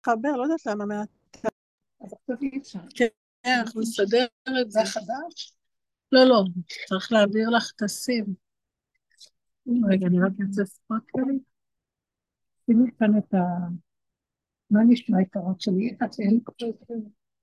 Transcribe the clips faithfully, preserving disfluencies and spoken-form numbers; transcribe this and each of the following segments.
חבר, לא יודעת למה מעט. אז עכשיו אי אפשר. כן, אנחנו נסדר את זה. זה חדש? לא, לא, צריך להעביר לך את הסים. רגע, אני רק אצא ספקלי. שימי כאן את ה... מה נשמע את הרב שלי? את אין לי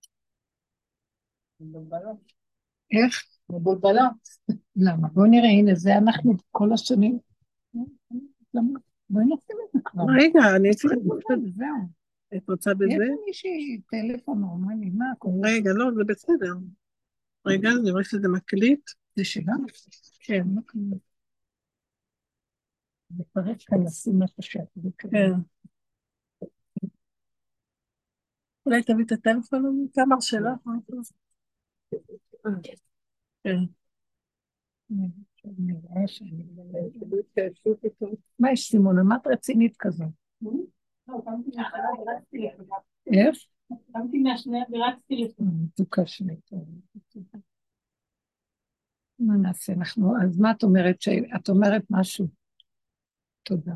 מבולבלות. איך? מבולבלות. למה? בואו נראה, הנה, זה אנחנו כל השנים. למה? בואי נשים את זה כבר. רגע, אני צריכה את זה. זהו. את רוצה בזה? יש מישהי טלפון נורמלי, מה? רגע, לא, זה בסדר. רגע, אני רואה שזה מקליט. זה שלה? כן, מקליט. זה פרק כאן לשים משהו שאת. כן. אולי תביא את הטלפון הזה, כמה שלה? כן. מה יש סימון? מה את רצינית כזו? איך? קמתי מהשנייה ורצתי לפני. מתוקה שלי. מה נעשה? אנחנו, אז מה את אומרת? את אומרת משהו. תודה.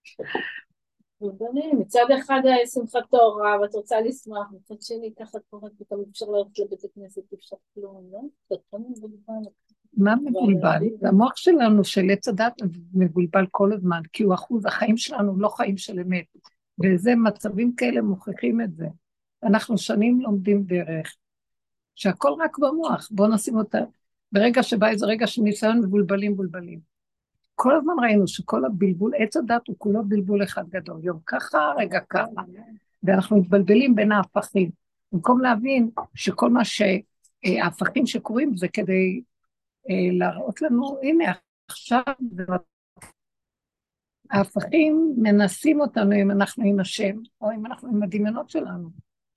מצד אחד שמחת תורה, ואת רוצה לשמוח, מצד שני ככה קוראת, ופתאום אפשר ללכת לבית הכנסת, אפשר כלום, לא? מה מבולבל? המוח שלנו של עץ הדת מבולבל כל הזמן, כי הוא אחוז, החיים שלנו לא חיים של אמת, וזה מצבים כאלה מוכיחים את זה. אנחנו שנים לומדים דרך, שהכל רק במוח, בואו נשים אותה, ברגע שבא איזה רגע של ניסיון מבולבלים מבולבלים. כל הזמן ראינו שכל הבלבול, עץ הדת הוא כולו בלבול אחד גדול, יום ככה, רגע ככה, ואנחנו מתבלבלים בין ההפכים, במקום להבין שכל מה שההפכים שקורים זה כדי להראות לנו, הנה עכשיו, ההפכים מנסים אותנו אם אנחנו עם השם, או אם אנחנו עם הדמיונות שלנו,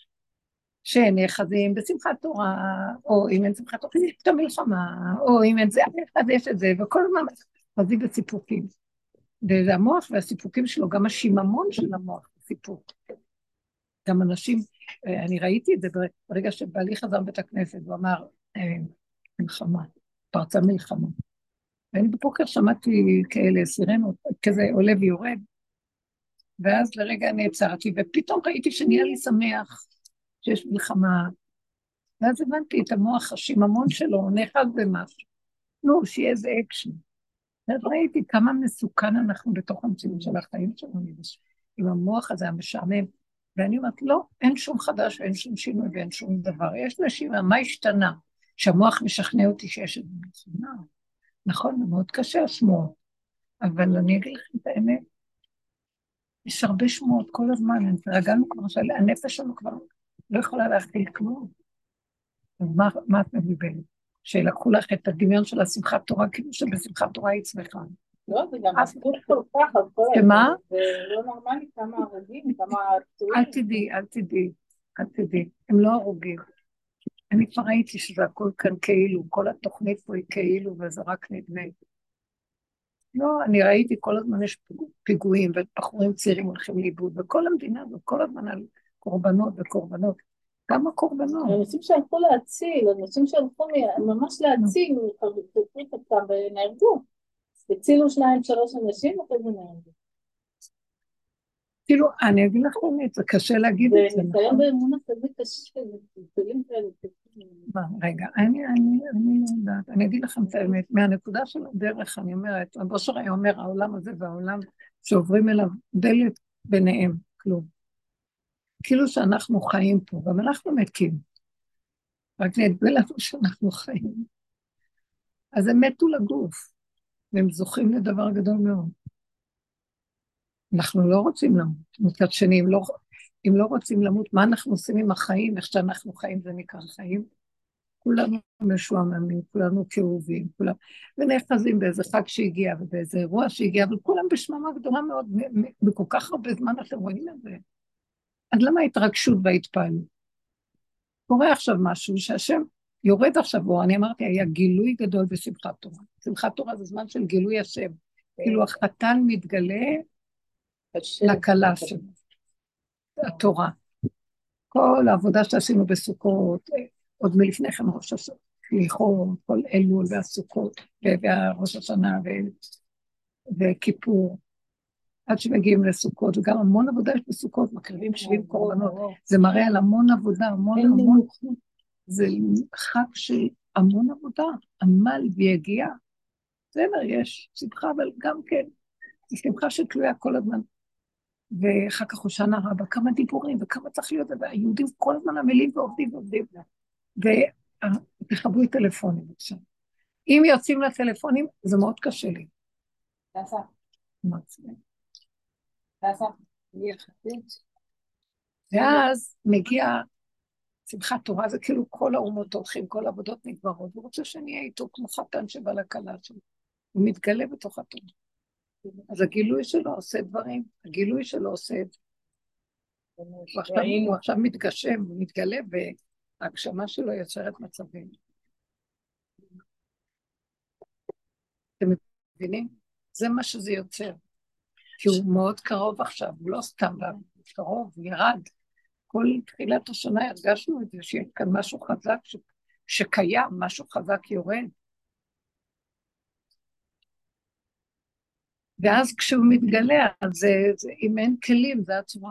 שנאחזים בשמחת תורה, או אם אין שמחת תורה, יש את המלחמה, או אם אין זה, אז יש את זה, וכל הזמן חזים בסיפוקים. וזה המוח והסיפוקים שלו, גם השיממון של המוח, סיפוק. גם אנשים, אני ראיתי את זה ברגע שבעלי חזר בית הכנסת, הוא אמר, מלחמה, פרצה מלחמה. ואני בפוקר שמעתי כאלה סירנות, כזה עולה ויורד, ואז לרגע נעצרתי, ופתאום ראיתי שנהיה לי שמח, שיש מלחמה, ואז הבנתי את המוח השיממון שלו, נאחז במשהו. נו, שיהיה איזה אקשן. אז ראיתי כמה מסוכן אנחנו בתוך המציאות של החיים שלנו, עם המוח הזה המשעמם, ואני אומרת, לא, אין שום חדש ואין שום שינוי ואין שום דבר, יש נשימה, מה השתנה? שהמוח משכנע אותי שיש את זה. נכון, זה מאוד קשה השמועות, אבל אני אגיד לכם את האמת, יש הרבה שמועות כל הזמן, רגענו כבר, הנפש שלנו כבר לא יכולה להכיל כלום. אז מה, מה את מבלבלת? שלקחו לך את הדמיון של השמחת תורה, כאילו שבשמחת תורה היא צמחה. לא, זה גם עשו כל כך, על כל שמה? זה לא נורמלי, כמה הרוגים, כמה... אל תדעי, אל תדעי, אל תדעי, הם לא הרוגים. אני כבר ראיתי שזה הכל כאן כאילו, כל התוכנית פה היא כאילו, וזה רק נדמה. לא, אני ראיתי כל הזמן יש פיגועים, ובחורים צעירים הולכים לאיבוד, וכל המדינה הזאת, כל הזמן על קורבנות וקורבנות. כמה קורבנות? אנשים שהלכו להציל, אנשים שהלכו ממש להציל, תפריט אותם ונהרגו. הצילו שניים, שלוש אנשים, ואחרי זה נהרגו. כאילו, אני אגיד לך באמת, זה קשה להגיד את זה. זה ניסיון באמונה כזה קשה, זה ניסיון כאלה. מה, רגע, אני, אני, אני לא יודעת, אני אגיד לכם את האמת, מהנקודה של הדרך, אני אומרת, רב אושר היה אומר, העולם הזה והעולם שעוברים אליו דלת ביניהם, כלום. כאילו שאנחנו חיים פה, גם אנחנו מתים. רק נדמה לנו שאנחנו חיים. אז הם מתו לגוף, והם זוכים לדבר גדול מאוד. אנחנו לא רוצים למות, מצד שני, אם לא, אם לא רוצים למות, מה אנחנו עושים עם החיים, איך שאנחנו חיים זה נקרא חיים? כולנו משועממים, כולנו כאובים, כולם, ונאחזים באיזה חג שהגיע, ובאיזה אירוע שהגיע, אבל כולם בשממה גדולה מאוד, בכל כך הרבה זמן אתם רואים את זה. אז למה ההתרגשות וההתפעלות? קורה עכשיו משהו שהשם יורד עכשיו בו, אני אמרתי, היה גילוי גדול בשמחת תורה. שמחת תורה זה זמן של גילוי השם, כאילו החתן מתגלה לקלה שלו, התורה. כל העבודה שעשינו בסוכות, עוד מלפני כן ראש הסליחות, כל אלול והסוכות, והראש השנה וכיפור. עד שמגיעים לסוכות, וגם המון עבודה יש בסוכות, מקריבים שבעים קורבנות, זה מראה על המון עבודה, המון המון, זה חג של המון עבודה, עמל ויגיע, בסדר, יש שמחה, אבל גם כן, זו שמחה שתלויה כל הזמן, ואחר כך הושענא רבה, כמה דיבורים, וכמה צריך להיות, והיהודים כל הזמן עמלים ועובדים ועובדים, ותחברו את טלפונים עכשיו. אם יוצאים לטלפונים, זה מאוד קשה לי. תעשה. מה זה? תעשה. היא יחסית. ואז מגיע שמחת תורה, זה כאילו כל האומות הולכים, כל העבודות נגמרות, הוא רוצה שנהיה איתו כמו חתן שבא לכלה שלו. הוא מתגלה בתוך התורה. אז הגילוי שלו עושה דברים, הגילוי שלו עושה את זה. הוא עכשיו, הוא עכשיו מתגשם, הוא מתגלה, וההגשמה שלו יוצרת מצבים. אתם מבינים? זה מה שזה יוצר. כי הוא מאוד קרוב עכשיו, הוא לא סתם בא, הוא קרוב, הוא ירד. כל תחילת השנה הרגשנו את זה, שיש כאן משהו חזק ש... שקיים, משהו חזק יורד. ואז כשהוא מתגלה, אז זה, זה, אם אין כלים, זה הצורה.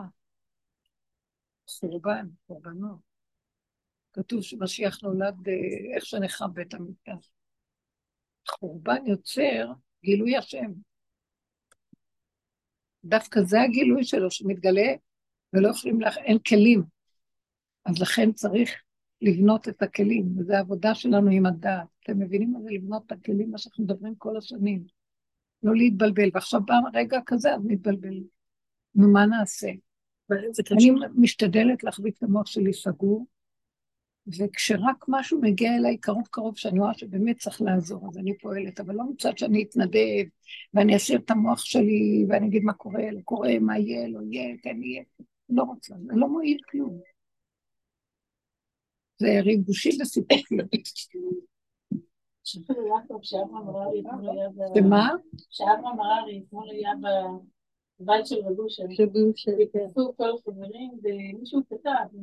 חורבן, חורבנות. כתוב שמשיח נולד איך שנחרב בית המקדש. חורבן יוצר גילוי השם. דווקא זה הגילוי שלו שמתגלה, ולא יכולים לך, אין כלים. אז לכן צריך לבנות את הכלים, וזו העבודה שלנו עם הדעת. אתם מבינים מה זה לבנות את הכלים, מה שאנחנו מדברים כל השנים. לא להתבלבל, ועכשיו בא רגע כזה, אז מתבלבל. נו, מה נעשה? אני משתדלת להחזיק את המוח שלי סגור, וכשרק משהו מגיע אליי קרוב קרוב, שאני רואה שבאמת צריך לעזור, אז אני פועלת, אבל לא מצד שאני אתנדב, ואני אסיר את המוח שלי, ואני אגיד מה קורה, לא קורה, מה יהיה, לא יהיה, כן יהיה. לא רוצה, זה לא מועיל כלום. זה ריגושים וסיפוקים. שאברהם הררי, שמה? שאברהם הררי, אתמול היה בבית של רבושה, וכתבו כל החברים, ומישהו כתב,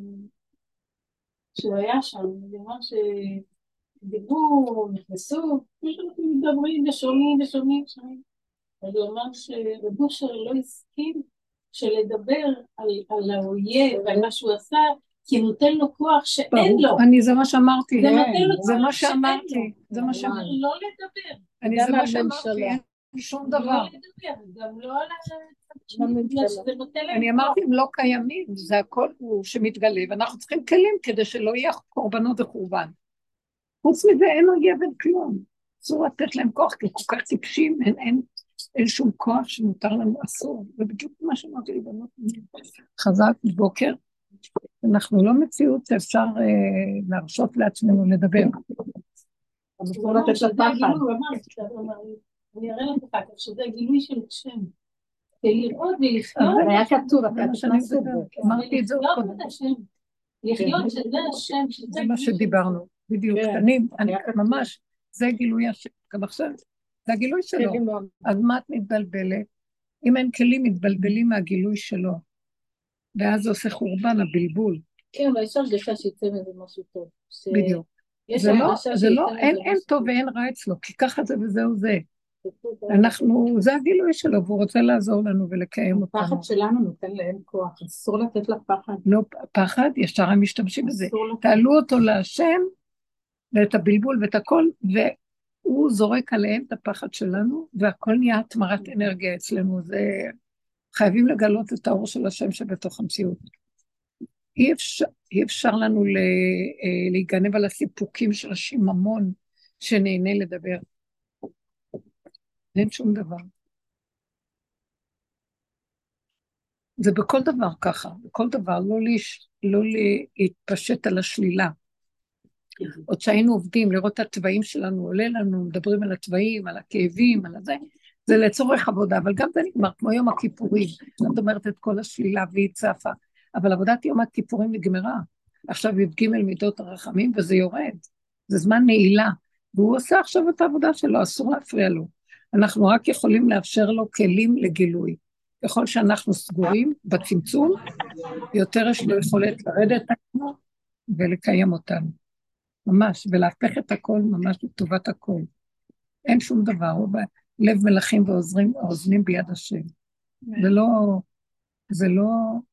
שהוא היה שם, ואמר שדיברו, נכנסו, אנחנו מדברים ושומעים ושומעים ושומעים, אבל הוא אמר שרבושה לא הסכים שלדבר על, על האויב ועל מה שהוא עשה, כי נותן לו כוח שאין לו. אני, זה מה שאמרתי. זה נותן לו זה מה כוח שאין שאמרתי. לו. זה מה שאמרתי. לא לדבר. אני זה מה שאמרתי, אין שום דבר. לא לדבר, גם לא על ה... אני אמרתי, הם לא קיימים, זה הכל הוא שמתגלה, ואנחנו צריכים כלים כדי שלא יהיה קורבנות וחורבן. חוץ מזה אין אויב אין כלום. אסור לתת להם כוח, כי כל כך טיפשים, אין, אין, אין שום כוח שמותר לנו, אסור. זה בדיוק מה שאמרתי לי, בנות חזק בבוקר. אנחנו לא מציאות שאפשר אה, להרשות לעצמנו לדבר. אסור לתת לפחד. אני אראה לך אחר כך, שזה גילוי של השם. לראות ולחיות. זה היה כתוב, אתה נכנס את זה. אמרתי את זה עוד קודם. לחיות שזה השם. זה מה שדיברנו, בדיוק. אני ממש, זה גילוי השם. גם עכשיו, זה הגילוי שלו. אז מה את מתבלבלת? אם אין כלים, מתבלבלים מהגילוי שלו. ואז זה עושה חורבן, הבלבול. כן, אבל יש הרגשה שיצא מזה משהו טוב. בדיוק. זה לא, זה לא, אין טוב ואין רע אצלו, כי ככה זה וזהו זה. אנחנו, זה הגילוי שלו, והוא רוצה לעזור לנו ולקיים אותנו. הפחד שלנו נותן להם כוח, אסור לתת לפחד. לא, פחד, ישר הם משתמשים בזה. תעלו אותו להשם, ואת הבלבול ואת הכל, והוא זורק עליהם את הפחד שלנו, והכל נהיה התמרת אנרגיה אצלנו. זה חייבים לגלות את האור של השם שבתוך המציאות. אי אפשר, אי אפשר לנו להיגנב על הסיפוקים של השיממון שנהנה לדבר. אין שום דבר. זה בכל דבר ככה, בכל דבר, לא, להש, לא להתפשט על השלילה. עוד שהיינו עובדים, לראות את הטבעים שלנו, עולה לנו, מדברים על הטבעים, על הכאבים, על זה, זה לצורך עבודה, אבל גם זה נגמר, כמו יום הכיפורים, זאת אומרת את כל השלילה והיא צפה, אבל עבודת יום הכיפורים נגמרה, עכשיו י"ג מידות הרחמים וזה יורד, זה זמן נעילה, והוא עושה עכשיו את העבודה שלו, אסור להפריע לו, אנחנו רק יכולים לאפשר לו כלים לגילוי, ככל שאנחנו סגורים בצמצום, יותר יש לו יכולת לרדת עלינו ולקיים אותנו, ממש, ולהפך את הכל ממש לטובת הכל, אין שום דבר, הוא לב מלכים ועוזרים, עוזנים ביד השם, זה לא, זה לא,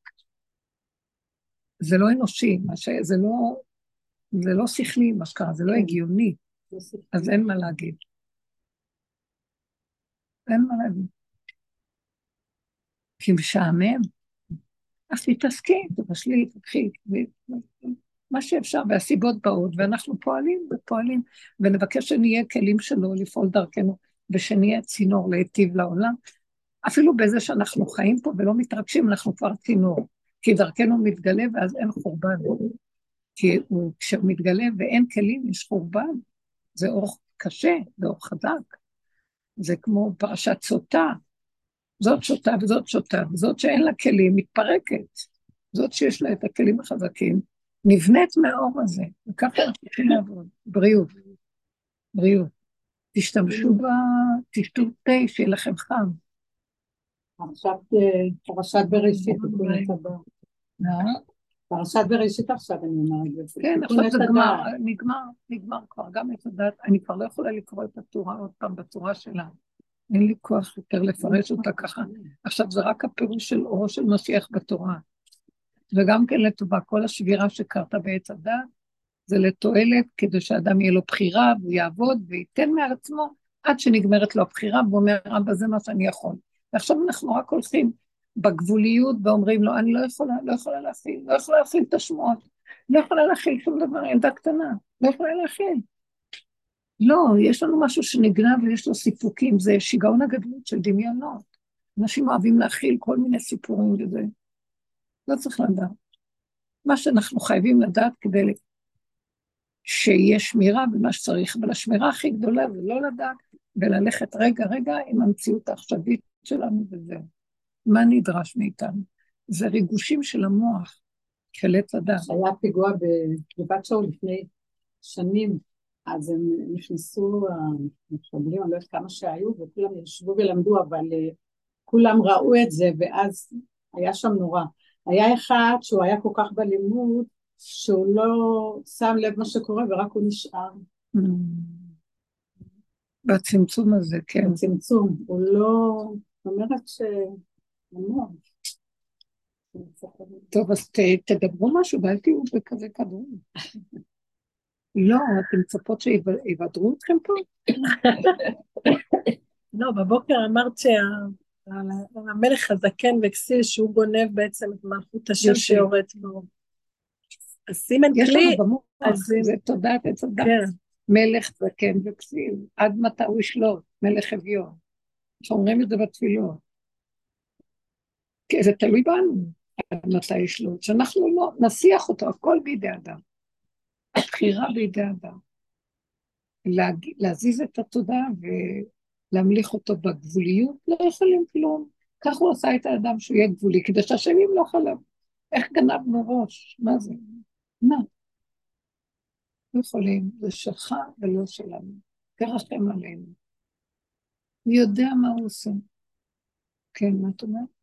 זה לא אנושי, מה ש... זה לא, זה לא שכלי, מה שקרה, זה לא הגיוני, אז אין מה להגיד. אין מה להגיד. כי משעמם, אז תתעסקי, תבשלי, תקחי, מה שאפשר, והסיבות באות, ואנחנו פועלים ופועלים, ונבקש שנהיה כלים שלו לפעול דרכנו, ושנהיה צינור להיטיב לעולם, אפילו בזה שאנחנו חיים פה ולא מתרגשים, אנחנו כבר צינור, כי דרכנו מתגלה ואז אין חורבן, כי הוא, כשהוא מתגלה ואין כלים יש חורבן, זה אור קשה, זה אור חזק, זה כמו פרשת סוטה, זאת שוטה וזאת שוטה, וזאת שאין לה כלים מתפרקת, זאת שיש לה את הכלים החזקים, נבנית מהאור הזה, וככה אנחנו צריכים לעבוד, בריאות, בריאות, תשתמשו בה, תשתו תה, שיהיה לכם חם. עכשיו פרשת בראשית, פרשת בראשית עכשיו אני אומרת. כן, עכשיו זה גמר, נגמר, נגמר כבר, גם את הדעת, אני כבר לא יכולה לקרוא את התורה עוד פעם בצורה שלה, אין לי כוח יותר לפרש אותה ככה, עכשיו זה רק הפירוש של אורו של משיח בתורה, וגם כן לטובה, כל השבירה שקרתה בעץ הדעת, זה לתועלת כדי שאדם יהיה לו בחירה, והוא יעבוד וייתן מעצמו, עד שנגמרת לו הבחירה, והוא אומר, אבא זה מה שאני יכול. ועכשיו אנחנו רק הולכים בגבוליות, ואומרים לו, אני לא יכולה, לא יכולה להכיל, לא יכולה להכיל את השמועות, לא יכולה להכיל שום דבר, ילדה קטנה, לא יכולה להכיל. לא, יש לנו משהו שנגנב ויש לו סיפוקים, זה שיגעון הגדלות של דמיונות. אנשים אוהבים להכיל כל מיני סיפורים וזה. לא צריך לדעת. מה שאנחנו חייבים לדעת כדי שיהיה שמירה במה שצריך, אבל השמירה הכי גדולה זה לא לדעת, וללכת רגע רגע עם המציאות העכשווית שלנו וזהו. מה נדרש מאיתנו? זה ריגושים של המוח, של עץ הדעת. היה פיגוע בגבעת שאול לפני שנים, אז הם נכנסו, המחבלים, אני לא יודעת כמה שהיו, וכולם ישבו ולמדו, אבל כולם ראו את זה, ואז היה שם נורא. היה אחד שהוא היה כל כך בלימוד, שהוא לא שם לב מה שקורה, ורק הוא נשאר. בצמצום הזה, כן. בצמצום, הוא לא... זאת אומרת ש... טוב, אז תדברו משהו, ואל תהיו בכזה כדור. לא, אתם צפות שיבדרו אתכם פה? לא, בבוקר אמרת שהמלך הזקן וכסיל, שהוא גונב בעצם את מלכות השם שיורד בו. אז סימן כלי... יש לנו במוח, זה תודעת את תודעת. מלך זקן וכסיל, עד מתי הוא ישלוט, מלך אביון. שאומרים את זה בתפילות. כי זה תלוי בנו, עד מתי ישלוט, שאנחנו לא נסיח אותו, הכל בידי אדם. הבחירה בידי אדם. להג... להזיז את התודעה ולהמליך אותו בגבוליות, לא יכולים כלום. כך הוא עשה את האדם שהוא יהיה גבולי, כדי שהשם ימלוך עליו. איך גנבנו ראש? מה זה? מה? לא יכולים, זה שלך ולא שלנו. תרחם עלינו. הוא יודע מה הוא עושה. כן, מה את אומרת?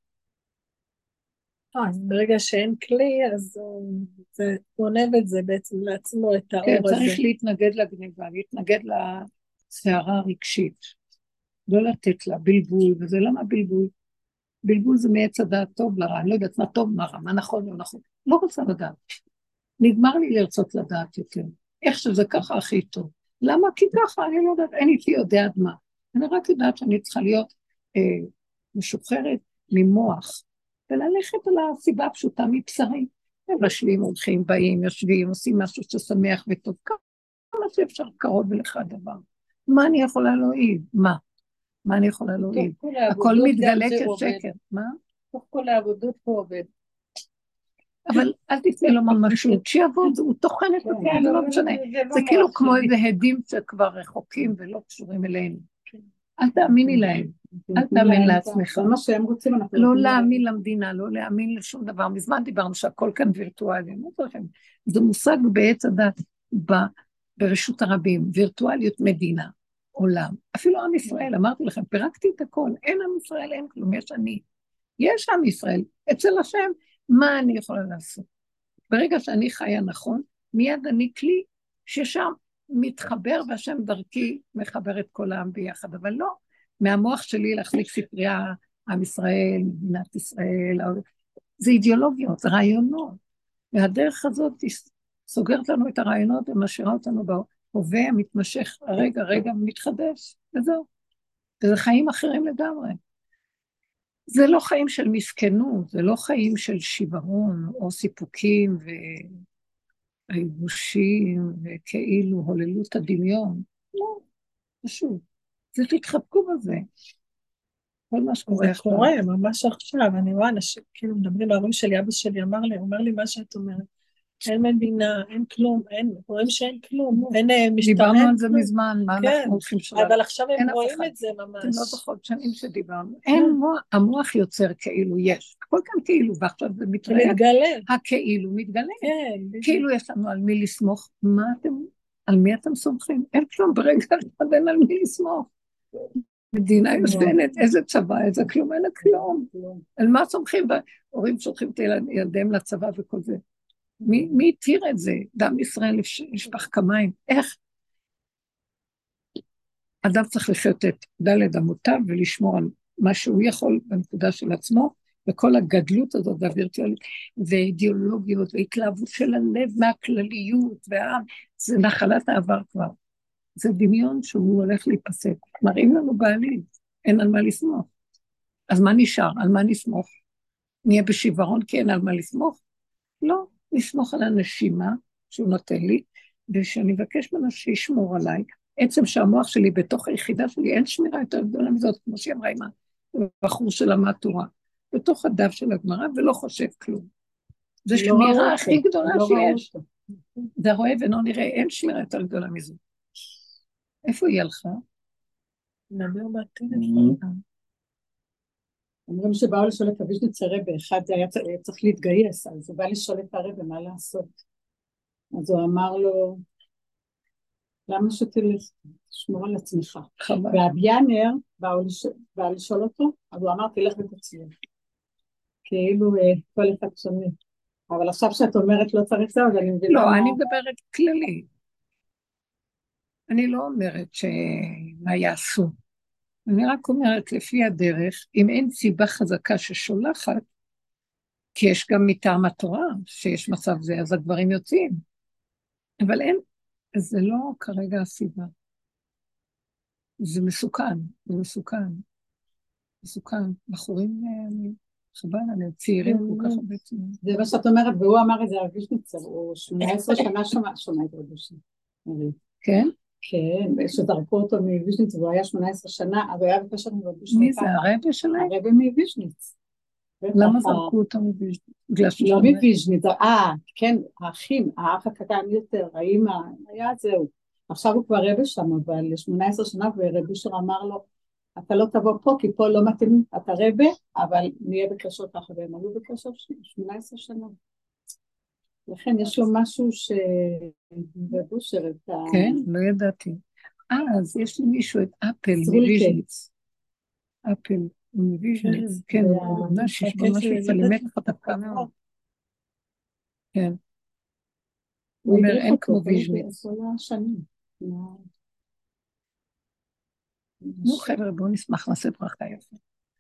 אז ברגע שאין כלי, אז זה גונב את זה בעצם לעצמו, את האור הזה. כן, צריך להתנגד לגניבה, להתנגד לסערה הרגשית. לא לתת לה בלבול, וזה למה בלבול? בלבול זה מעץ הדעת טוב לרע, אני לא יודעת מה טוב, מה רע, מה נכון, לא נכון. לא רוצה לדעת. נגמר לי לרצות לדעת יותר. איך שזה ככה הכי טוב. למה? כי ככה, אני לא יודעת, אין איתי יודעת מה. אני רק יודעת שאני צריכה להיות אה, משוחררת ממוח, וללכת על הסיבה הפשוטה מבשרי. הם משלים, הולכים, באים, יושבים, עושים משהו ששמח וטוב. כמה שאפשר קרוב לך הדבר. מה אני יכולה להועיל? מה? מה אני יכולה להועיל? הכל מתגלה כשקר. מה? תוך כל העבודות פה עובד. אבל אל תתני לו ממשות, שיעבוד, הוא תוכן את זה, לא משנה. זה כאילו כמו איזה הדים שכבר רחוקים ולא קשורים אלינו. אל תאמיני להם, אל תאמין לעצמך. זה מה שהם רוצים, אנחנו... לא להאמין למדינה, לא להאמין לשום דבר. מזמן דיברנו שהכל כאן וירטואלי. זה מושג בעץ הדת ברשות הרבים, וירטואליות מדינה, עולם. אפילו עם ישראל, אמרתי לכם, פירקתי את הכל, אין עם ישראל, אין כלום, יש אני. יש עם ישראל, אצל השם, מה אני יכולה לעשות? ברגע שאני חיה נכון, מיד אני כלי ששם מתחבר והשם דרכי מחבר את כל העם ביחד, אבל לא מהמוח שלי להחזיק ספרייה עם ישראל, מדינת ישראל, זה אידיאולוגיות, זה רעיונות, והדרך הזאת היא סוגרת לנו את הרעיונות ומשאירה אותנו בהווה המתמשך, הרגע, רגע מתחדש, וזהו. וזה חיים אחרים לגמרי. זה לא חיים של מסכנות, זה לא חיים של שיוורון, או סיפוקים והייבושים, וכאילו הוללות הדמיון. לא, פשוט. זה תתחבקו בזה. כל מה שקורה זה עכשיו. קורה, ממש עכשיו, אני רואה אנשים, כאילו מדברים, ההורים שלי, אבא שלי אמר לי, אומר לי מה שאת אומרת. אין מדינה, אין כלום, אין, רואים שאין כלום, אין אה, משטרה, דיברנו אין על זה כלום. מזמן, מה כן, אנחנו הולכים שלב. אבל עכשיו אין הם אף רואים אחד. את זה ממש. אתם לא זוכרות שנים שדיברנו. אין מוח, המוח יוצר כאילו יש. הכל כאן כאילו, ועכשיו זה מתראה. מתגלה. הכאילו מתגלה. כן. כאילו יש לנו על מי לסמוך. מה אתם, על מי אתם סומכים? אין כלום, ברגע אחד אין על מי לסמוך. מדינה יושבת, איזה צבא, איזה כלום, אין כלום. על מה סומכים? והורים שולחים את ילדיהם לצבא וכל זה. מי, מי התיר את זה? דם ישראל ישפך כמיים. איך? אדם צריך לחיות את דלת אמותיו ולשמור על מה שהוא יכול בנקודה של עצמו, וכל הגדלות הזאת והווירטואלית, ואידיאולוגיות, והתלהבות של הלב מהכלליות, והעם, זה נחלת העבר כבר. זה דמיון שהוא הולך להיפסק. מראים לנו בעלים, אין על מה לסמוך. אז מה נשאר? על מה נסמוך? נהיה בשיוורון כי אין על מה לסמוך? לא, נסמוך על הנשימה שהוא נותן לי, ושאני מבקש ממנו שישמור עליי. עצם שהמוח שלי בתוך היחידה שלי, אין שמירה יותר גדולה מזאת, כמו שהיא אמרה עם הבחור של למד תורה, בתוך הדף של הגמרא, ולא חושב כלום. זו שמירה הכי גדולה שיש. זה רואה ולא נראה, אין שמירה יותר גדולה מזאת. איפה היא הלכה? נדבר בטלפון. אומרים שבאו לשאול את הוויז'ניצר רבי, אחד היה צריך להתגייס, אז הוא בא לשאול את הרבי מה לעשות. אז הוא אמר לו, למה שתלך? תשמור על עצמך. והביאנר בא לשאול אותו, אז הוא אמר, תלך ותצליח. כאילו כל אחד שונה. אבל עכשיו שאת אומרת לא צריך זה, אז אני מבינה... לא, אני מדברת כללי. אני לא אומרת שמה יעשו. אני רק אומרת, לפי הדרך, אם אין סיבה חזקה ששולחת, כי יש גם מטעם התורה שיש מצב זה, אז הדברים יוצאים. אבל אין, זה לא כרגע הסיבה. זה מסוכן, זה מסוכן. מסוכן. בחורים, חבל, אני צעירים כל כך הרבה צעירים. זה מה שאת אומרת, והוא אמר את זה, הוויז'ניצר, הוא שמונה עשרה שנה שומע את רבושי. כן? כן, שזרקו אותו מוויז'ניץ, והוא היה שמונה עשרה שנה, אז הוא היה בקשר עם רבי שני. מי זה, הרבי שלהם? הרבי מוויז'ניץ. למה זרקו אותו מוויז'ניץ? לא מוויז'ניץ, אה, כן, האחים, האח הקטן יותר, האמא, היה זהו. עכשיו הוא כבר רבי שם, אבל שמונה עשרה שנה, ורבי שר אמר לו, אתה לא תבוא פה, כי פה לא מתאים, אתה רבי, אבל נהיה בקשר ככה, והם עלו בקשר שמונה עשרה שנה. לכן יש לו משהו ש... בבושר את ה... כן, לא ידעתי. אה, אז יש לי מישהו את אפל מוויז'ניץ. אפל מוויז'ניץ, כן, ממש יש ממש לפלימט חדקה מאוד. כן. הוא אומר, אין כמו ויז'ניץ. נו חבר'ה, בואו נשמח לעשות ברכה יפה.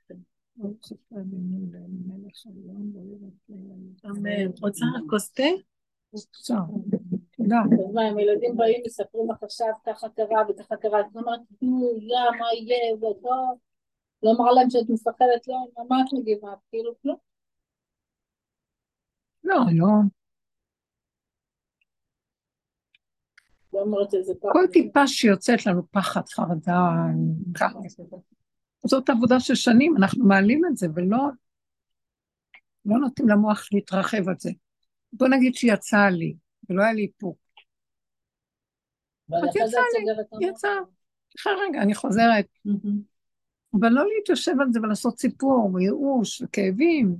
רוצה כוס תה? תודה. הם ילדים באים מספרים לך עכשיו ככה קרה וככה קרה, זאת אומרת, תנו, יא, מה יהיה, וטוב, לא אמר להם שאת מפחדת, לא, מה את מגיבה, כאילו, לא. לא, לא. לא אומרת איזה פחד. כל טיפה שיוצאת לנו פחד, חרדה, ככה. זאת עבודה של שנים, אנחנו מעלים את זה, ולא לא נותנים למוח להתרחב על זה. בוא נגיד שיצא לי, ולא היה לי איפוק. אז יצא לי, יצא. אחרי רגע, אני חוזרת. אבל לא להתיישב על זה ולעשות סיפור, וייאוש, וכאבים.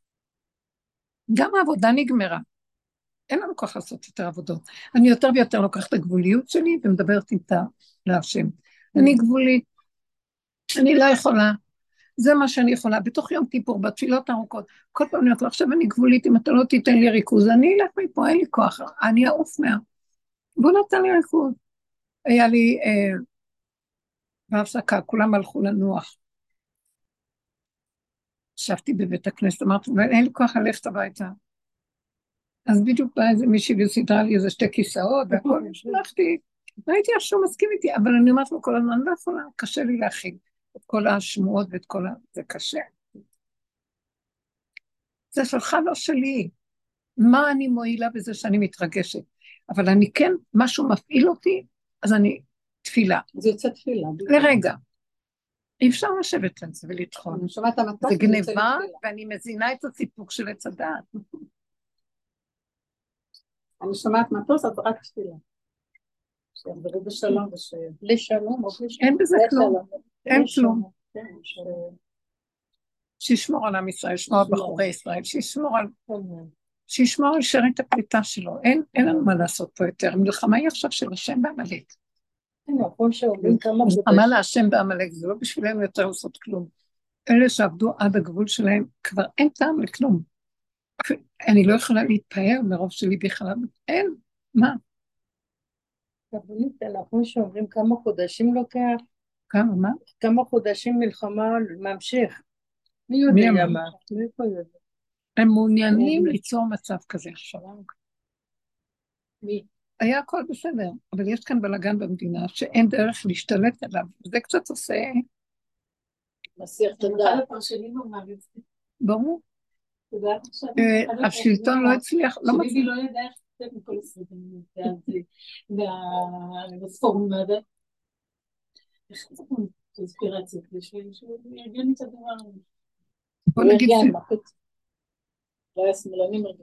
גם העבודה נגמרה. אין לנו כוח לעשות יותר עבודות. אני יותר ויותר לוקחת את הגבוליות שלי, ומדברת איתה להשם. אני גבולית. אני לא יכולה. זה מה שאני יכולה. בתוך יום כיפור, בתפילות ארוכות, כל פעם אני אומרת לו, עכשיו אני גבולית, אם אתה לא תיתן לי ריכוז, אני אלך מפה, אין לי כוח, אני אעוף מה. בוא נתן לי ריכוז. היה לי אה, בהפסקה, כולם הלכו לנוח. ישבתי בבית הכנסת, אמרתי, ואין לי כוח ללכת הביתה. אז בדיוק בא איזה מישהי וסידרה לי איזה שתי כיסאות, והכל, שלחתי, ראיתי איך שהוא מסכים איתי, אבל אני אומרת לו כל הזמן, לא יכולה, קשה לי להכין את כל השמועות ואת כל ה... זה קשה. זה שלך לא שלי. מה אני מועילה בזה שאני מתרגשת? אבל אני כן, משהו מפעיל אותי, אז אני תפילה. זה יוצא תפילה. לרגע. אי אפשר לשבת על זה ולטחון. אני שומעת המטוס, זה גניבה, ואני מזינה את הסיפוק של עץ הדעת. אני שומעת מטוס, אז רק תפילה. שיחזרו בשלום וש... בלי שלום, אין בזה כלום. אין כלום. שישמור על עם ישראל, שישמור על בחורי ישראל, שישמור על... שישמור על שארית הפליטה שלו. אין, אין לנו מה לעשות פה יותר. המלחמה היא עכשיו של השם בעמלק. מלחמה להשם בעמלק, זה לא בשבילנו יותר לעשות כלום. אלה שעבדו עד הגבול שלהם, כבר אין טעם לכלום. אני לא יכולה להתפאר מרוב שלי בכלל. אין, מה? אנחנו שאומרים כמה חודשים לוקח. כמה, מה? כמה חודשים מלחמה ממשיך. מי יודע מה? הם מעוניינים ליצור מצב כזה עכשיו. מי? היה הכל בסדר, אבל יש כאן בלגן במדינה שאין דרך להשתלט עליו, וזה קצת עושה... מסיח את הדעת. ברור. השלטון לא הצליח, לא מצליח. שביבי לא ידע איך לצאת מכל הסרטונים והפורום הזה. איך זה קונספירציה, שירגיון את הדבר הזה. בוא נגיד ש... לא היה שמאלנים הרבה.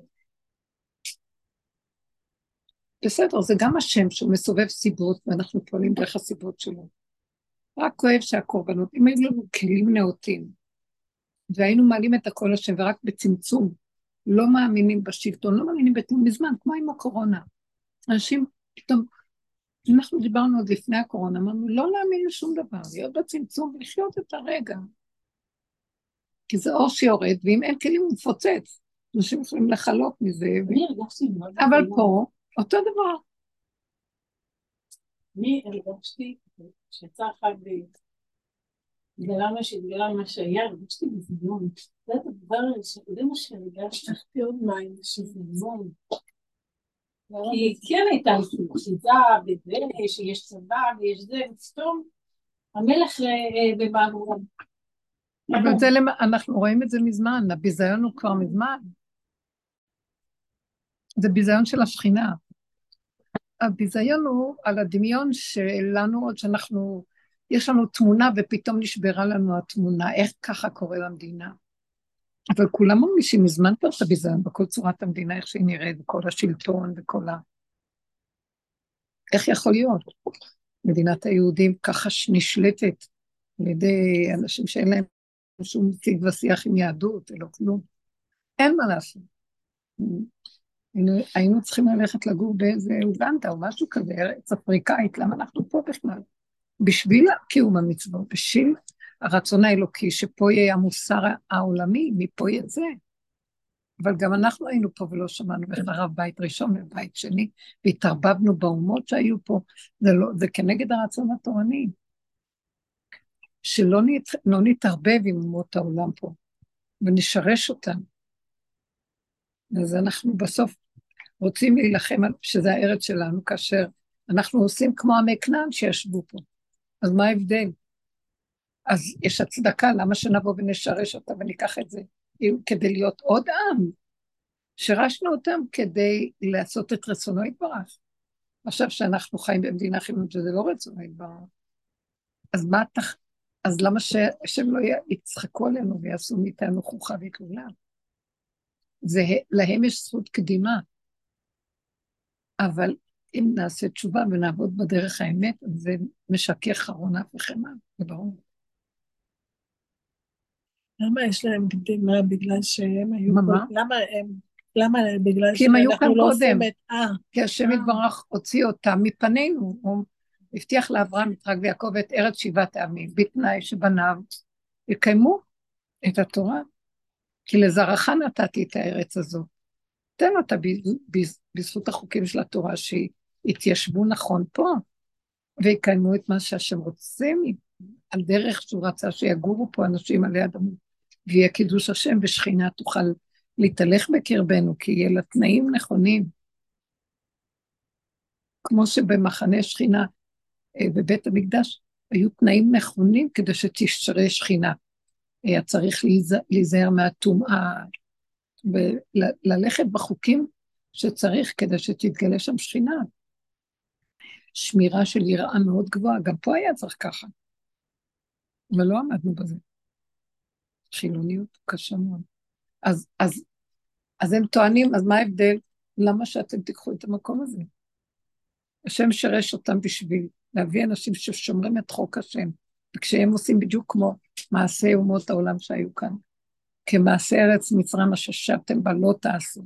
בסדר, זה גם השם שהוא מסובב סיבות, ואנחנו פועלים דרך הסיבות שלו. רק כואב שהקורבנות, אם היו לנו כלים נאותים, והיינו מעלים את הכל השם, ורק בצמצום, לא מאמינים בשלטון, לא מאמינים בתים מזמן, כמו עם הקורונה. אנשים, פתאום, אנחנו דיברנו עוד לפני הקורונה, אמרנו, לא להאמין לשום דבר, להיות בצמצום ולחיות את הרגע. כי זה אור שיורד, ואם אין כלים הוא מפוצץ, אנשים יכולים לחלות מזה. ו... אבל פה, אותו דבר. אני הרגשתי שיצא אחד בגלל שבגלל מה שהיה, הרגשתי בזיון. זה הדבר שזה מה שהרגשתי עוד מים, שזיון. כי כן הייתה לי חיזה בזה, שיש צבא ויש זה, ופתאום המלך במעמורם. אבל זה, אנחנו רואים את זה מזמן, הביזיון הוא כבר מזמן. זה ביזיון של השכינה. הביזיון הוא על הדמיון שלנו עוד שאנחנו, יש לנו תמונה ופתאום נשברה לנו התמונה, איך ככה קורה למדינה. אבל כולם מרגישים מזמן כבר את הביזיון בכל צורת המדינה, איך שהיא נראית, בכל השלטון וכל ה... איך יכול להיות? מדינת היהודים ככה נשלטת על ידי אנשים שאין להם שום ציג ושיח עם יהדות, אלא כלום. אין מה לעשות. היינו, היינו צריכים ללכת לגור באיזה אוגנדה או משהו כזה, ארץ אפריקאית, למה אנחנו פה בכלל? בשביל קיום המצוות, בשביל הרצון האלוקי, שפה יהיה המוסר העולמי, מפה יצא. אבל גם אנחנו היינו פה ולא שמענו בחרב בית ראשון ובית שני, והתערבבנו באומות שהיו פה, זה, לא, זה כנגד הרצון התורני. שלא נת, לא נתערבב עם אומות העולם פה, ונשרש אותם. אז אנחנו בסוף רוצים להילחם, שזה הארץ שלנו, כאשר אנחנו עושים כמו עמי כנען שישבו פה. אז מה ההבדל? אז יש הצדקה, למה שנבוא ונשרש אותה וניקח את זה, כדי להיות עוד עם? שרשנו אותם כדי לעשות את רצונו יתברך. עכשיו שאנחנו חיים במדינה חילונית, שזה לא רצונו יתברך. אז מה תח... אז למה ש... שהם לא יצחקו עלינו ויעשו מאיתנו חוכה ותלולה? זה... להם יש זכות קדימה. אבל אם נעשה תשובה ונעבוד בדרך האמת, זה משקר חרון אף וחמה, זה ברור. למה יש להם קדימה? בגלל שהם היו... מה? כל... למה הם... למה בגלל כי הם היו כאן לא קודם. את... אה. כי השם יתברך הוציא אותם מפנינו, הוא הבטיח לאברהם, יצחק ויעקב את ארץ שבעת העמים, בתנאי שבניו יקיימו את התורה. כי לזרעך נתתי את הארץ הזו. תן אותה בזכות החוקים של התורה, שיתיישבו נכון פה, ויקיימו את מה שהשם רוצים, על דרך שהוא רצה שיגורו פה אנשים עלי אדמות. ויהיה קידוש השם, ושכינה תוכל להתהלך בקרבנו, כי יהיה לה תנאים נכונים. כמו שבמחנה שכינה, בבית המקדש, היו תנאים נכונים כדי שתשרה שכינה. היה צריך להיזהר מהטומאה, וללכת בחוקים שצריך כדי שתתגלה שם שכינה. שמירה של יראה מאוד גבוהה, גם פה היה צריך ככה. אבל לא עמדנו בזה. חילוניות קשה מאוד. אז, אז, אז הם טוענים, אז מה ההבדל? למה שאתם תיקחו את המקום הזה? השם שרש אותם בשביל להביא אנשים ששומרים את חוק השם, וכשהם עושים בדיוק כמו מעשי אומות העולם שהיו כאן, כמעשי ארץ מצרים אשר שבתם בה לא תעשו.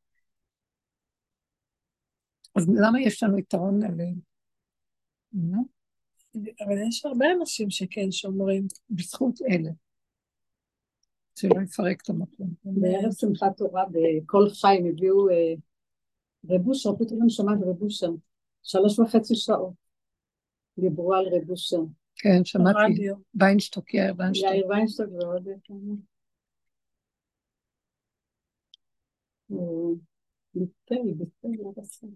אז למה יש לנו יתרון עליהם? אבל יש הרבה אנשים שכן שומרים. בזכות אלה. שלא יפרק את המקום. בערב שמחת תורה בכל חי הם הביאו רבושר, פתאום שמעת רבושר, שלוש וחצי שעות. דיברו על רבושר. כן, שמעתי. ויינשטוק, יאיר ויינשטוק. יאיר ויינשטוק ועוד ביטל, ביטל, לא בסדר.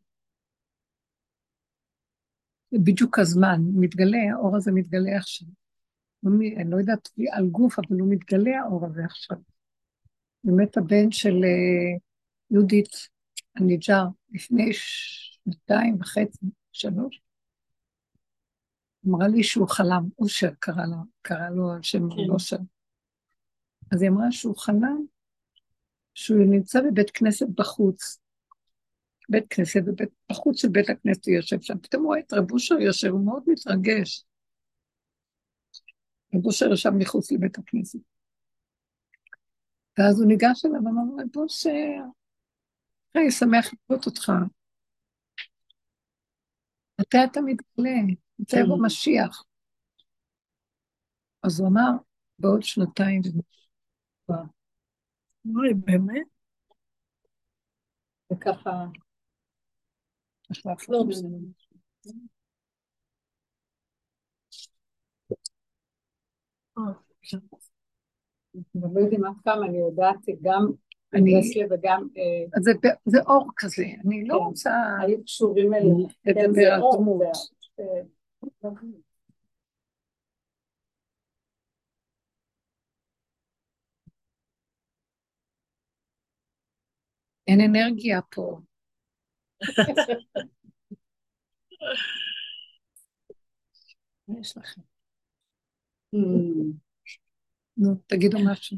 בדיוק הזמן, מתגלה, האור הזה מתגלה עכשיו. אני לא יודעת על גוף, אבל הוא מתגלה האור הזה עכשיו. באמת הבן של יהודית הניג'ר, לפני שנתיים וחצי, שלוש, אמרה לי שהוא חלם, אושר קרא לו, קרא לו על שם אושר. אז היא אמרה שהוא חלם, שהוא נמצא בבית כנסת בחוץ, בית כנסת, בבית, בחוץ של בית הכנסת הוא יושב שם, פתאום רואה את רב אושר יושב, הוא מאוד מתרגש. רב אושר יושב מחוץ לבית הכנסת. ואז הוא ניגש אליו ואמר לו, רב אושר, אני שמח לראות אותך. מתי אתה מתגלה? מתי הוא משיח? אז הוא אמר, בעוד שנתיים. אוי, באמת? וככה... לא, לא יודעים עד כמה, אני יודעת גם ברסלב וגם... זה אור כזה, אני לא רוצה... היו קשורים אלה. לדבר על דמות. אין אנרגיה פה. מה יש לכם? נו, תגידו משהו.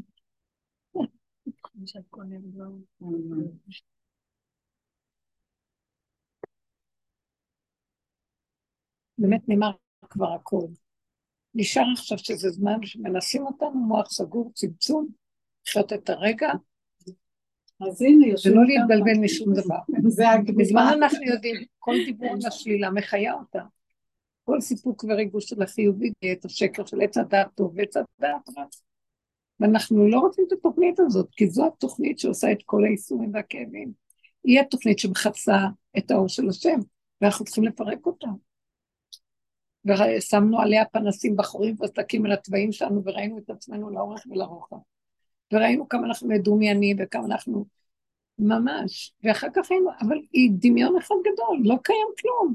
באמת נאמר כבר הכל. נשאר עכשיו שזה זמן שמנסים אותנו, מוח סגור, צמצום, לחיות את הרגע, אז הנה, יושבים ולא להתבלבל משום דבר. זה הגביבה. בזמן אנחנו יודעים, כל דיבור על השלילה מחיה אותה. כל סיפוק וריגוש של החיובי, את השקר של עץ הדעת טוב ועץ הדעת רע. ואנחנו לא רוצים את התוכנית הזאת, כי זו התוכנית שעושה את כל האיסורים והכאבים. היא התוכנית שמחצה את האור של השם, ואנחנו צריכים לפרק אותה. ושמנו עליה פנסים בחורים וסדקים על הטבעים שלנו, וראינו את עצמנו לאורך ולרוחב. וראינו כמה אנחנו מדומיינים, וכמה אנחנו ממש, ואחר כך היינו, אבל היא דמיון אחד גדול, לא קיים כלום.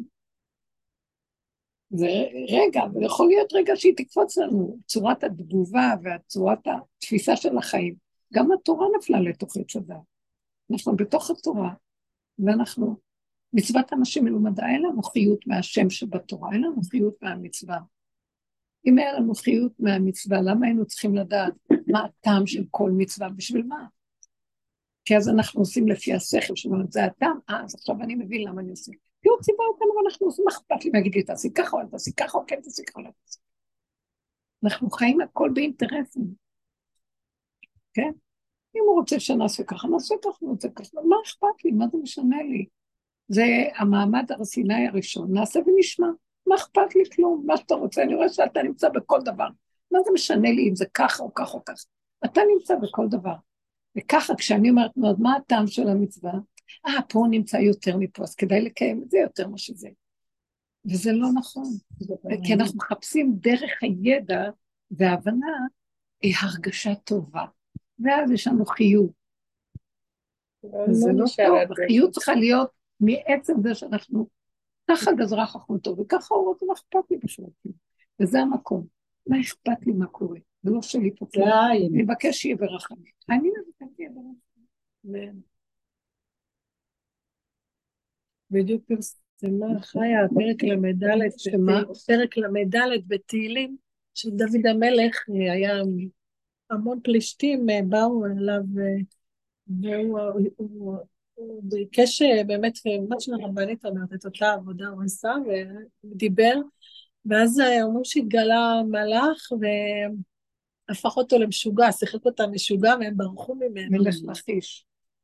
זה רגע, ויכול להיות רגע שהיא תקפוץ לנו, צורת התגובה והצורת התפיסה של החיים. גם התורה נפלה לתוך עץ הדעת. אנחנו בתוך התורה, ואנחנו, מצוות אנשים מלומדה, אין לנו חיות מהשם שבתורה, אין לנו חיות מהמצווה. אם היה לנו חיות מהמצווה, למה היינו צריכים לדעת מה הטעם של כל מצווה, בשביל מה? כי אז אנחנו עושים לפי השכל שלנו, זה הטעם, אה, אז עכשיו אני מבין למה אני עושה. כי הוא ציווה אותנו ואנחנו עושים, מה אכפת לי, להגיד לי, תעשי ככה, או תעשי ככה, או כן תעשי ככה, או תעשי. אנחנו חיים הכל באינטרסים, כן? אם הוא רוצה שנעשה ככה, נעשה ככה, נעשה ככה, מה אכפת לי, מה זה משנה לי? זה המעמד הרסיני הראשון, נעשה ונשמע, מה אכפת לי כלום, מה שאתה רוצה, אני רואה שאתה נמצא בכל דבר, מה זה משנה לי אם זה ככה או ככה או ככה, אתה נמצא בכל דבר, וככה כשאני אומרת מאוד, מה הטעם של המצווה? אה, פה הוא נמצא יותר מפה, אז כדאי לקיים את זה יותר מה שזה, וזה לא נכון, כי אנחנו מחפשים דרך הידע וההבנה, הרגשה טובה, ואז יש לנו חיוב. זה לא טוב, החיוב צריכה להיות מעצם זה שאנחנו ככה גזרה חכמתו, וככה הוא רוצה, מה אכפת לי בשביל. וזה המקום. מה אכפת לי מה קורה? זה לא שלי פה. אני מבקש שיהיה ברחמים. אני מבקש שיהיה ברחמים. בדיוק פרסמה חיה, פרק למדלת, פרק למדלת בתהילים, שדוד המלך היה המון פלישתים באו אליו, והוא ביקש באמת, מה שהרבנית אומרת, את אותה עבודה הוא עשה, ודיבר, ואז אמרו שהתגלה מלאך, והפך אותו למשוגע, שיחק אותה משוגע, והם ברחו ממנו. מלך לחיש.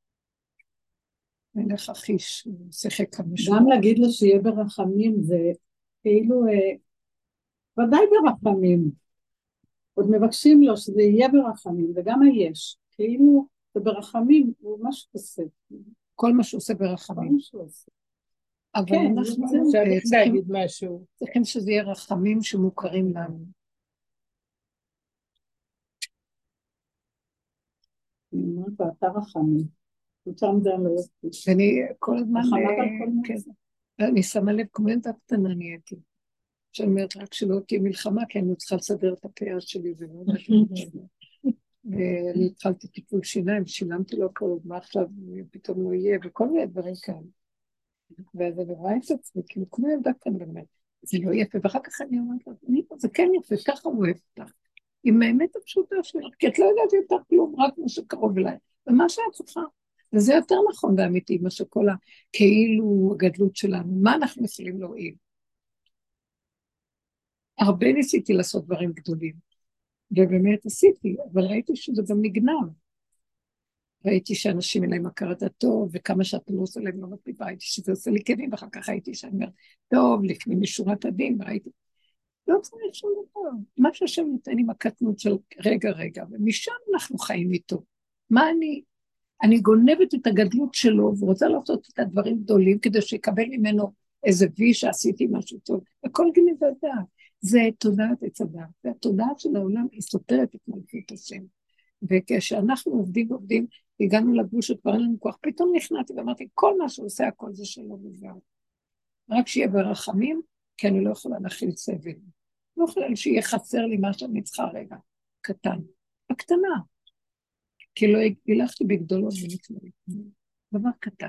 מלך החיש, הוא שיחק המשוגע. גם להגיד לו שיהיה ברחמים, זה כאילו, ודאי ברחמים. עוד מבקשים לו שזה יהיה ברחמים, וגם היש. כאילו, זה ברחמים, הוא מה שעושה. כל מה שעושה ברחמים. כל מה שעושה. אבל כן, אנחנו צריכים, משהו. צריכים שזה יהיה רחמים שמוכרים לנו. אני אומרת, אתה רחמים. יותר מדי לא יוצא. ואני כל הזמן, אני שמה לב כמו ילדה קטנה נהייתי. שאני אומרת רק שלא תהיה מלחמה, כי אני צריכה לסדר את הפאה שלי ולא ואני התחלתי טיפול שיניים, שילמתי לו כל עוד מה עכשיו פתאום לא יהיה, וכל מיני דברים כאלה. ואז אני רואה את עצמי, כאילו כמו ילדה קטנה באמת, זה לא יפה, ואחר כך אני אומרת לו, זה כן יפה, ככה הוא אוהב אותך. עם האמת הפשוטה שלך, כי את לא יודעת יותר כלום, רק מה שקרוב אליי, ומה שאת צריכה. וזה יותר נכון ואמיתי, מה שכל הכאילו הגדלות שלנו, מה אנחנו יכולים להועיל? הרבה ניסיתי לעשות דברים גדולים, ובאמת עשיתי, אבל ראיתי שזה גם נגנב. ראיתי שאנשים אליהם הכרת הטוב, וכמה שאתה לא עושה להם לא מטריב, ראיתי שזה עושה לי כאבים, ואחר כך ראיתי שאני אומר, טוב, לפני משורת הדין, וראיתי, לא צריך שום דבר. מה שהשם נותן עם הקטנות של רגע רגע, ומשם אנחנו חיים איתו. מה אני? אני גונבת את הגדלות שלו, ורוצה לעשות את הדברים גדולים, כדי שיקבל ממנו איזה וי שעשיתי משהו טוב, וכל גניבה דעת. זה תודעת עץ הדעת, והתודעה של העולם היא סותרת את מלכות השם. וכשאנחנו עובדים ועובדים, הגענו לגבול שכבר אין לנו כוח, פתאום נכנעתי ואמרתי, כל מה שהוא עושה, הכל זה שלו וזהו. רק שיהיה ברחמים, כי אני לא יכולה להכיל סבל. לא יכולה שיהיה חסר לי מה שאני צריכה רגע, קטן. הקטנה. כי לא הלכתי בגדולות ונקנות. דבר קטן.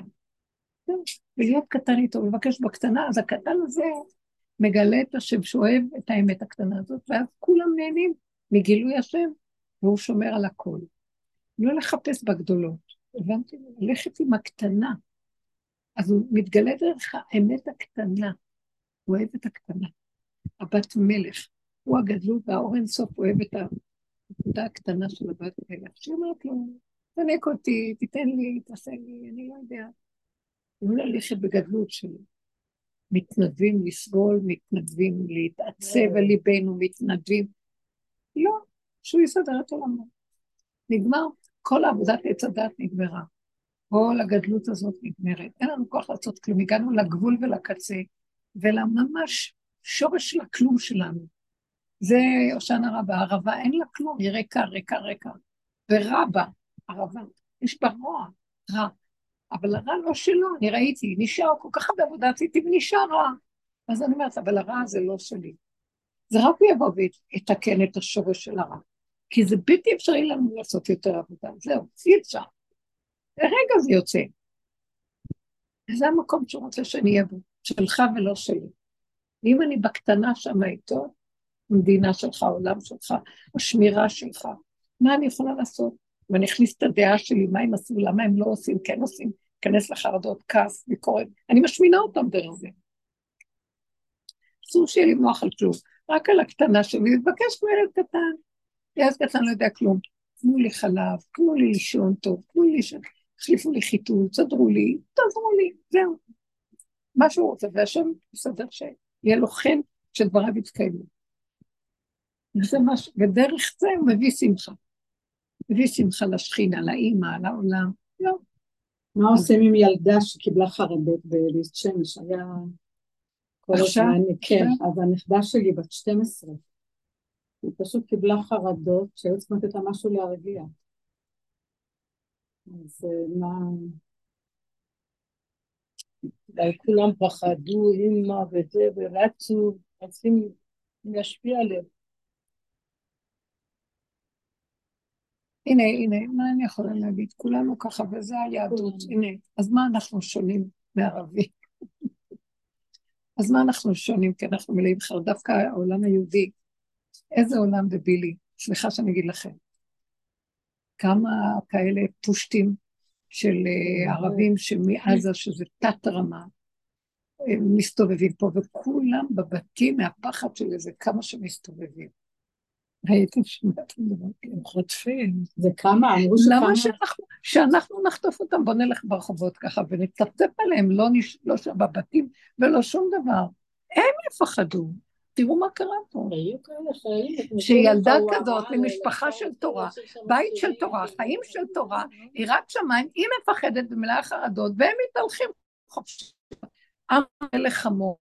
ולהיות קטן איתו, ולבקש בקטנה, אז הקטן הזה מגלה את השם שאוהב את האמת הקטנה הזאת, ואז כולם נהנים מגילוי השם, והוא שומר על הכל. לא לחפש בגדולות, הבנתי? ללכת עם הקטנה. אז הוא מתגלה דרך האמת הקטנה, הוא אוהב את הקטנה. הבת מלך, הוא הגדלות והאורן סוף אוהב את הנקודה הקטנה של הבת מלך. שאומרת לו, תנק אותי, תיתן לי, תעשה לי, אני לא יודע. לא ללכת בגדלות שלו. מתנדבים לסבול, מתנדבים להתעצב על ליבנו, מתנדבים. לא, שהוא יסדר את עולמו. נגמר, כל העבודת עץ הדת נגמרה. כל הגדלות הזאת נגמרת. אין לנו כוח לעשות כלום, הגענו לגבול ולקצה, ולממש שורש של הכלום שלנו. זה הושענא רבה, הערבה אין לה כלום, היא ריקה, ריקה, ריקה. ורבה, ערבה, יש בה רוע, רע. אבל הרע לא שלו, אני ראיתי, נשאר כל כך הרבה עבודה עשיתי ונשאר רע. אז אני אומרת, אבל הרע זה לא שלי. זה רק הוא יבוא ויתקן את השורש של הרע. כי זה בלתי אפשרי לנו לעשות יותר עבודה. זהו, אי אפשר. לרגע זה יוצא. וזה המקום שהוא רוצה שאני אהיה בו, שלך ולא שלי. ואם אני בקטנה שם איתו, מדינה שלך, עולם שלך, השמירה שלך, מה אני יכולה לעשות? ואני אכניס את הדעה שלי, מה הם עשו, למה הם לא עושים, כן עושים, כנס לחרדות, כעס, ביקורת, אני משמינה אותם דרך זה. אסור שיהיה לי מוח על כלום, רק על הקטנה שלי, להתבקש כמו ילד קטן, ילד קטן לא יודע כלום, תנו לי חלב, תנו לי לישון טוב, תנו לי לישון, החליפו לי חיתול, תסדרו לי, תעזרו לי, זהו. מה שהוא רוצה, והשם יסדר שיהיה לו חן שדבריו יתקיימו. וזה משהו, ודרך זה הוא מביא שמחה. מביא שמחה לשכינה, לאמא, לעולם. לא. מה עושים עם ילדה שקיבלה חרדות בליסט שמש? היה כל הזמן, כן, אז הנכדה שלי בת שתים עשרה. היא פשוט קיבלה חרדות שהיו צריכות את משהו להרגיע. אז מה... כולם פחדו, אימא וזה, ורצו, רוצים להשפיע עליהם. הנה, הנה, מה אני יכולה להגיד? כולנו ככה, וזה היהדות. הנה, אז מה אנחנו שונים מערבי? אז מה אנחנו שונים? כי אנחנו מלאים חר, דווקא העולם היהודי. איזה עולם דבילי? סליחה שאני אגיד לכם. כמה כאלה פושטים של ערבים שמעזה, שזה תת רמה, מסתובבים פה, וכולם בבתים מהפחד של איזה כמה שמסתובבים. הייתם שמעתם דבר, הם חוטפים. זה כמה, אמרו למה שאנחנו, שאנחנו נחטוף אותם, בוא נלך ברחובות ככה, ונצפצף עליהם, לא, נש... לא בבתים ולא שום דבר. הם יפחדו. תראו מה קרה פה. שילדה כזאת, ממשפחה של תורה, בית של תורה, חיים של תורה, יראת שמיים, היא מפחדת במלאה חרדות, והם מתהלכים חופשי. עם מלך חמור.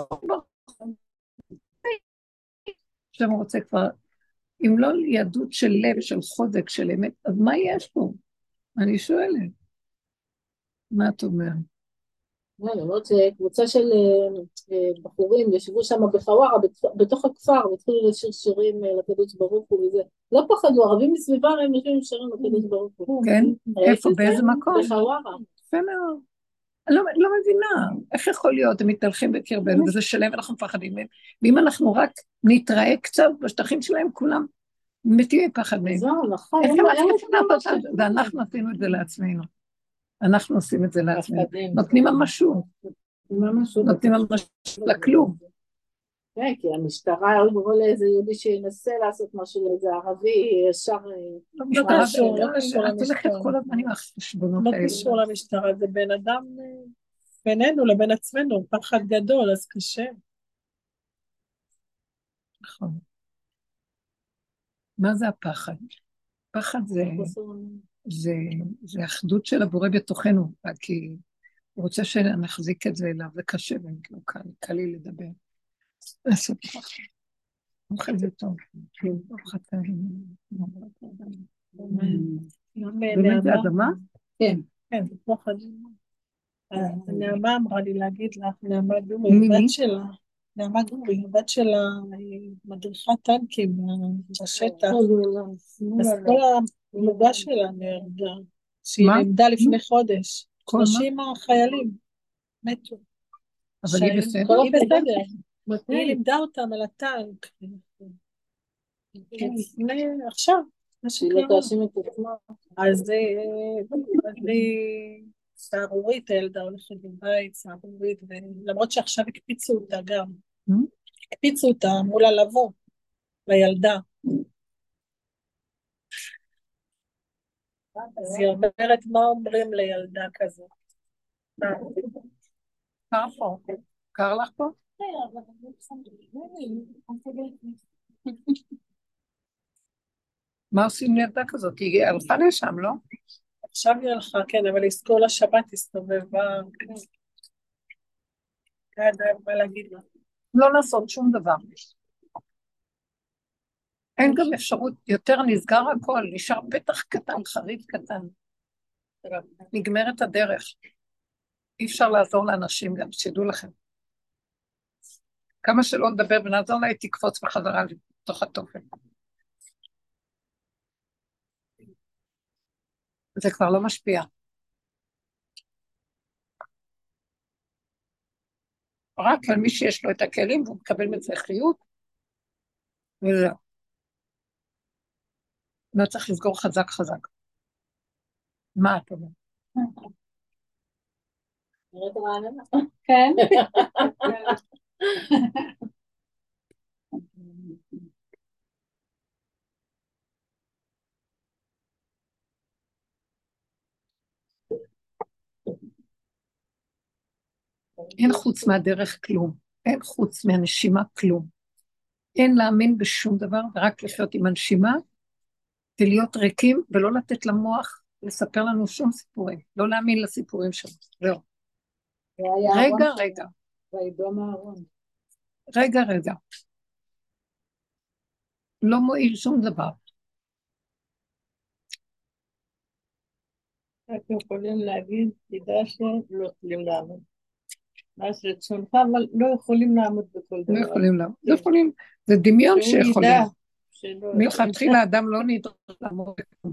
עכשיו רוצה כבר, אם לא יהדות של לב, של חוזק, של אמת, אז מה יש פה? אני שואלת. מה את אומרת? אני אומרת שקבוצה של בחורים ישבו שם בחווארה, בתוך הכפר, והתחילו לשיר שירים לקדוש ברוך הוא וזה. לא פחדו, ערבים מסביבם הם יושבים שירים לקדוש ברוך הוא. כן? איפה? באיזה מקום? בחווארה. יפה מאוד. אני לא, לא מבינה, איך יכול להיות, הם מתהלכים בקרבנו, וזה שלם ואנחנו מפחדים מהם. ואם אנחנו רק נתראה קצת בשטחים שלהם, כולם מתים מפחד מהם. זהו, נכון. איך הם עשינו את זה? ואנחנו עשינו את זה לעצמנו. אנחנו עושים את זה לעצמנו. נותנים משהו. נותנים משהו לכלום. כן, כי המשטרה יבוא לאיזה יהודי שינסה לעשות משהו לאיזה ערבי, ישר... לא קשור, לא קשור את הולכת כל הזמן עם החשבונות לא האלה. קשור למשטרה, זה בן אדם בינינו לבין עצמנו, פחד גדול, אז קשה. נכון. מה זה הפחד? פחד זה, זה, זה אחדות של הבורא בתוכנו, כי הוא רוצה שנחזיק את זה אליו, זה קשה, לא קל, קל לי לדבר. לעשות פחד. אוכל זה טוב. אוכל באמת זה אדמה? כן. כן, זה פחד. נעמה אמרה לי להגיד לך, נעמה גורי, הבת שלה, נעמה גורי, הבת שלה מדריכת טנקים בשטח, אז כל המלוגה שלה נהרגה, שהיא לימדה לפני חודש, שלושים החיילים מתו. אבל היא בסדר? היא בסדר, היא לימדה אותם על הטנק, לפני עכשיו, מה שקרה. אז היא... סערורית, הילדה הולכת בבית, סערורית, למרות שעכשיו הקפיצו אותה גם. הקפיצו אותה, אמרו לה לבוא, לילדה. אז היא אומרת, מה אומרים לילדה כזו? קר פה. קר לך פה? מה עושים לילדה כזאת? היא הלכה לשם, לא? עכשיו היא הלכה, כן, אבל לזכור לשבת הסתובבה. לא יודע מה להגיד לה. לא לעשות שום דבר. אין גם אפשרות, יותר נסגר הכל, נשאר פתח קטן, חריף קטן. נגמרת הדרך. אי אפשר לעזור לאנשים גם, שתדעו לכם. כמה שלא נדבר ונעזור לה, היא תקפוץ בחזרה לתוך התופן. זה כבר לא משפיע. רק על מי שיש לו את הכלים, והוא מקבל מזה חיות, וזהו. לא צריך לסגור חזק חזק. מה את אומרת? נראית רעננה. כן. אין חוץ מהדרך כלום, אין חוץ מהנשימה כלום. אין להאמין בשום דבר, ורק לחיות עם הנשימה, ולהיות ריקים, ולא לתת למוח לספר לנו שום סיפורים, לא להאמין לסיפורים שלנו, זהו. רגע, רגע. רגע, רגע. לא מועיל שום דבר. אנחנו יכולים להגיד, קידשנו, לא יכולים לעמוד. אז רצונך, אבל לא יכולים לעמוד בכל דבר. לא יכולים לעמוד. לא יכולים, זה דמיון שהוא שיכולים. ידע שלא... מלכתחילה האדם לא נדרש לעמוד בכלום.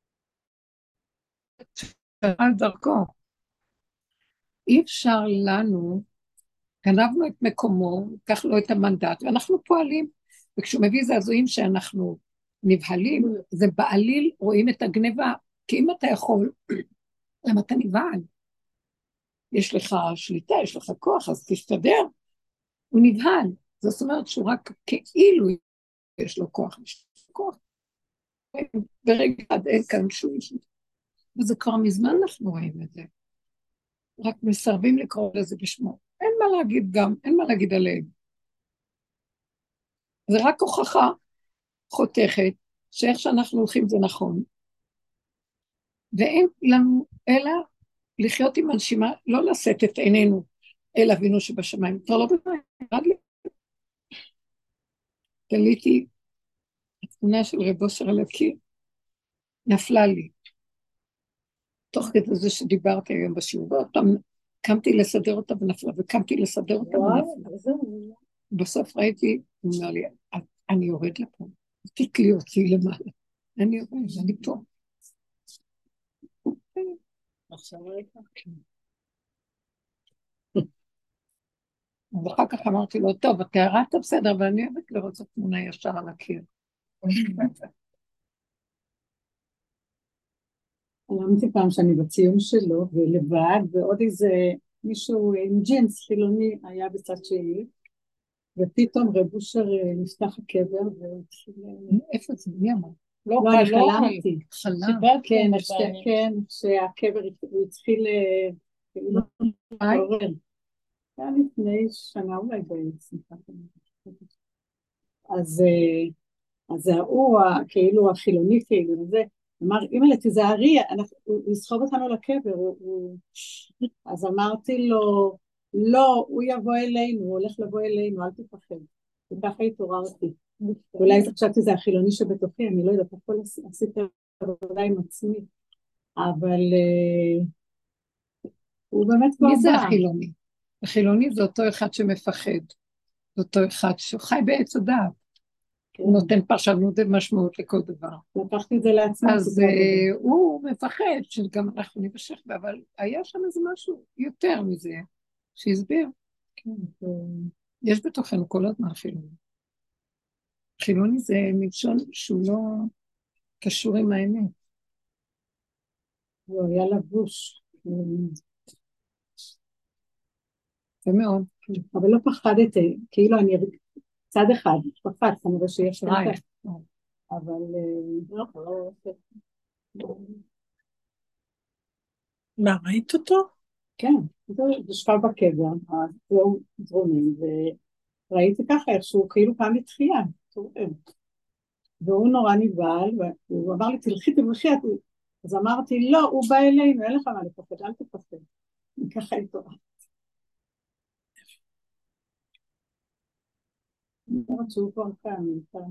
על דרכו. אי אפשר לנו, גנבנו את מקומו, לקח לו את המנדט, ואנחנו פועלים. וכשהוא מביא זעזועים שאנחנו נבהלים, זה בעליל, רואים את הגניבה, כי אם אתה יכול, למה אתה נבהל? יש לך שליטה, יש לך כוח, אז תסתדר. הוא נבהל. זאת אומרת שהוא רק כאילו יש לו כוח, יש לו כוח. ברגע אחד אין כאן שום איש. וזה כבר מזמן אנחנו רואים את זה. רק מסרבים לקרוא לזה בשמו. אין מה להגיד גם, אין מה להגיד עליהם. זה רק הוכחה חותכת, שאיך שאנחנו הולכים זה נכון. ואין לנו אלא לחיות עם הנשימה, לא לשאת את עינינו אל אבינו שבשמיים. כבר לא ביניים, ירד לי. תליתי התמונה של רב אושר על הקיר, נפלה לי. תוך כדי זה שדיברתי היום בשיעור, ואותם קמתי לסדר אותה ונפלה, וקמתי לסדר אותה ונפלה. בסוף ראיתי, הוא אומר לי, אני יורד לפה, תתלי אותי למעלה. אני יורד, אני פה. עכשיו ראיתי. ואחר כך אמרתי לו, טוב, אתה הראת בסדר, אבל אני אוהבת לראות את התמונה ישר על הקיר. אמרתי פעם שאני בציון שלו, ולבד, ועוד איזה מישהו עם ג'ינס חילוני היה בצד שלי, ופתאום רב אושר נפתח הקבר, והתחיל... איפה זה? מי אמר? לא, אני חלמתי. חלם. כן, כן, שהקבר התחיל להתעורר. זה היה לפני שנה אולי בשמחה. אז אז הוא כאילו החילוני כאילו, וזה, אמר, אמא תיזהרי, הוא יסחוב אותנו לקבר, אז אמרתי לו, לא, הוא יבוא אלינו, הוא הולך לבוא אלינו, אל תפחד. וככה התעוררתי. אולי חשבתי זה החילוני שבתוכי, אני לא יודעת, הכל עשיתי עבודה עם עצמי, אבל הוא באמת כבר בא. מי זה החילוני? החילוני זה אותו אחד שמפחד, זה אותו אחד שחי בעץ הדעת. הוא נותן פרשנות ומשמעות לכל דבר. לקחתי את זה לעצמי. אז הוא מפחד שגם אנחנו נמשך בה, אבל היה שם איזה משהו יותר מזה, שהסביר. יש בתוכנו כל הזמן חילוני. חילוני זה מלשון שהוא לא קשור עם האמת. הוא היה לבוש. זה מאוד. אבל לא פחדתי, כאילו אני צד אחד, פחד, כנראה שיש ראי. אבל לא, לא, מה, ראית אותו? כן, זה שכב בקבר, הוא זרומים, וראיתי ככה איך שהוא כאילו פעם לתחייה, והוא נורא נבהל, והוא אמר לי, תלכי, תלכי, אז אמרתי, לא, הוא בא אלינו, אין לך מה לפחד, אל תפחד, ככה איתו. אני אומרת שהוא כבר כאן, כאן.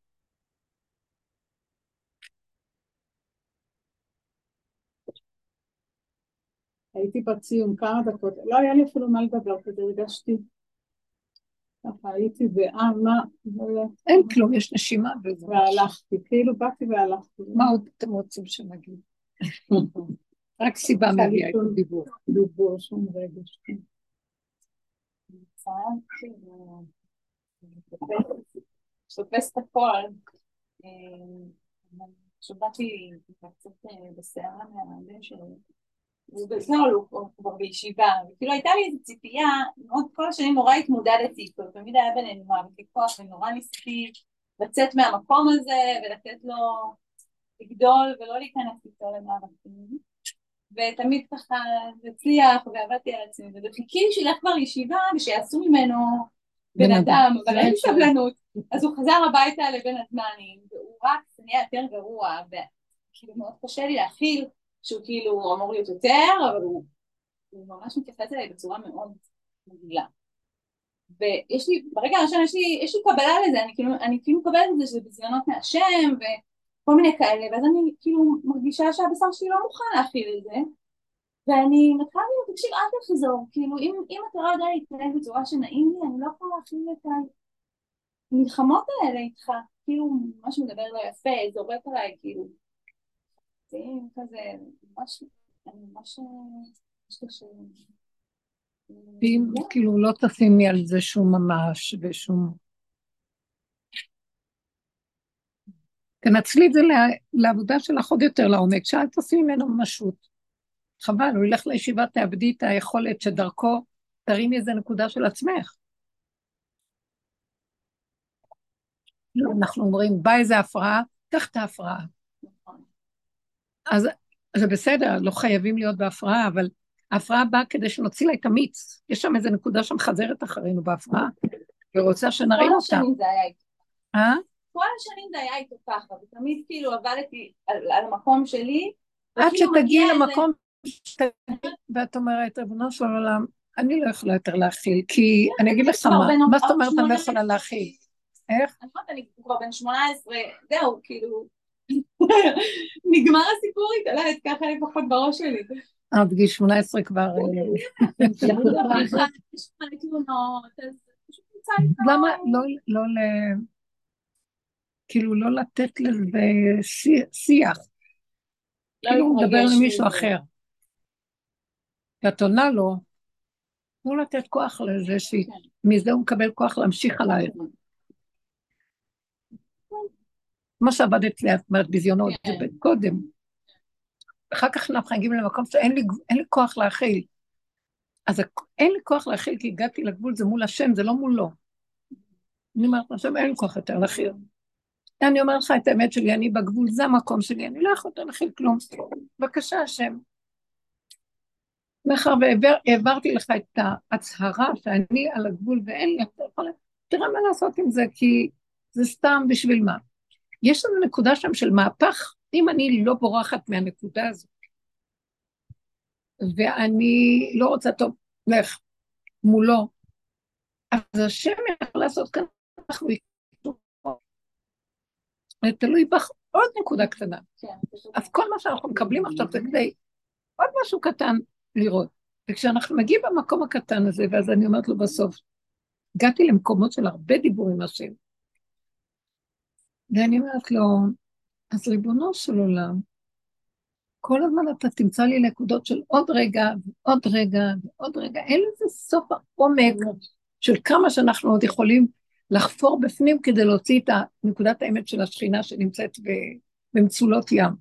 הייתי בציון כמה דקות, לא היה לי אפילו מה לדבר, כדי הרגשתי, ככה הייתי באמה, אין כלום, יש נשימה בזה. והלכתי, כאילו באתי והלכתי. מה עוד אתם רוצים שנגיד? רק סיבה מביאה את הדיבור. דיבור, שום רגש. שופס את הכל, שבאתי קצת בסערה מהבן שלי, הוא גדול, הוא כבר בישיבה, וכאילו הייתה לי איזו ציפייה, מאוד כל השנים נורא התמודדתי איתו, תמיד היה בינינו מאבקי כוח, ונורא ניסיתי לצאת מהמקום הזה, ולתת לו לגדול, ולא להיכנס איתו למאבקים, ותמיד ככה זה הצליח, ועבדתי על עצמי, וחיכי שילך כבר לישיבה, ושיעשו ממנו בן אדם, אבל אין סבלנות, אז הוא חזר הביתה לבין הזמנים, והוא רק נהיה יותר גרוע, וכאילו מאוד קשה לי להכיל, שהוא כאילו אמור להיות יותר, אבל הוא, הוא ממש מתייחס אליי בצורה מאוד מגעילה. ויש לי, ברגע הראשון יש לי, יש לי קבלה לזה, אני כאילו, אני כאילו מקבלת את זה שזה בזיונות מהשם, כל מיני כאלה, ואז אני כאילו מרגישה שהבשר שלי לא מוכן להכיל את זה, ואני מתחילה לי, תקשיב, אל תחזור, כאילו אם, אם אתה לא יודע להתנהג בצורה שנעים לי, אני לא יכולה להכיל את המלחמות האלה איתך, כאילו ממש מדבר לא יפה, זורק עליי, כאילו, זה כזה, ממש, אני ממש, ממש קשה. ואם כאילו לא תשימי על זה שום ממש ושום... תנצלי את זה לעבודה שלך עוד יותר לעומק, שאל תשימי ממנו ממשות. חבל, הוא ילך לישיבה, תאבדי את היכולת שדרכו תרימי איזה נקודה של עצמך. לא, אנחנו אומרים, בא איזה הפרעה, קח את ההפרעה. אז זה בסדר, לא חייבים להיות בהפרעה, אבל ההפרעה באה כדי שנוציא לה את המיץ. יש שם איזה נקודה שמחזרת אחרינו בהפרעה, ורוצה שנרים אותה. כל השנים זה היה איתו. אה? כל השנים זה היה איתו ככה, ותמיד כאילו עבדתי על, על המקום שלי. עד שתגיעי למקום, ואת אומרת, ריבונו של עולם, אני לא יכולה יותר להכיל, כי אני אגיד לך מה, מה זאת אומרת אני לא יכולה להכיל? איך? אני אומרת, אני כבר בן שמונה עשרה, זהו, כאילו, נגמר הסיפור התעלת, ככה לפחות בראש שלי. אה, בגיל שמונה עשרה כבר... למה לא ל... כאילו לא לתת לזה שיח, כאילו הוא מדבר למישהו אחר. ואת עונה לו, לא לתת כוח לזה, שמזה הוא מקבל כוח להמשיך עליי. מה שעבדת לי, את אומרת, בזיונות, זה קודם. אחר כך אנחנו מגיעים למקום שאין לי, אין לי כוח להכיל. אז אין לי כוח להכיל, כי הגעתי לגבול, זה מול השם, זה לא מולו. אני אומרת, השם, אין לי כוח יותר להכיל. אני אומר לך את האמת שלי, אני בגבול, זה המקום שלי, אני לא יכול יותר להכיל כלום. בבקשה, השם. מאחר והעברתי לך את ההצהרה שאני על הגבול ואין לי, אתה יכול, תראה מה לעשות עם זה, כי זה סתם בשביל מה. יש לנו נקודה שם של מהפך, אם אני לא בורחת מהנקודה הזאת, ואני לא רוצה טוב, לך, מולו, אז השם יכול לעשות כאן, אנחנו יקטו, תלוי בך עוד נקודה קטנה. אז כל מה שאנחנו מקבלים עכשיו זה כדי עוד משהו קטן לראות. וכשאנחנו מגיעים במקום הקטן הזה, ואז אני אומרת לו בסוף, הגעתי למקומות של הרבה דיבורים השם. ואני אומרת לו, אז ריבונו של עולם, כל הזמן אתה תמצא לי נקודות של עוד רגע, ועוד רגע, ועוד רגע, אין לזה סוף העומק של כמה שאנחנו עוד יכולים לחפור בפנים כדי להוציא את נקודת האמת של השכינה שנמצאת במצולות ים.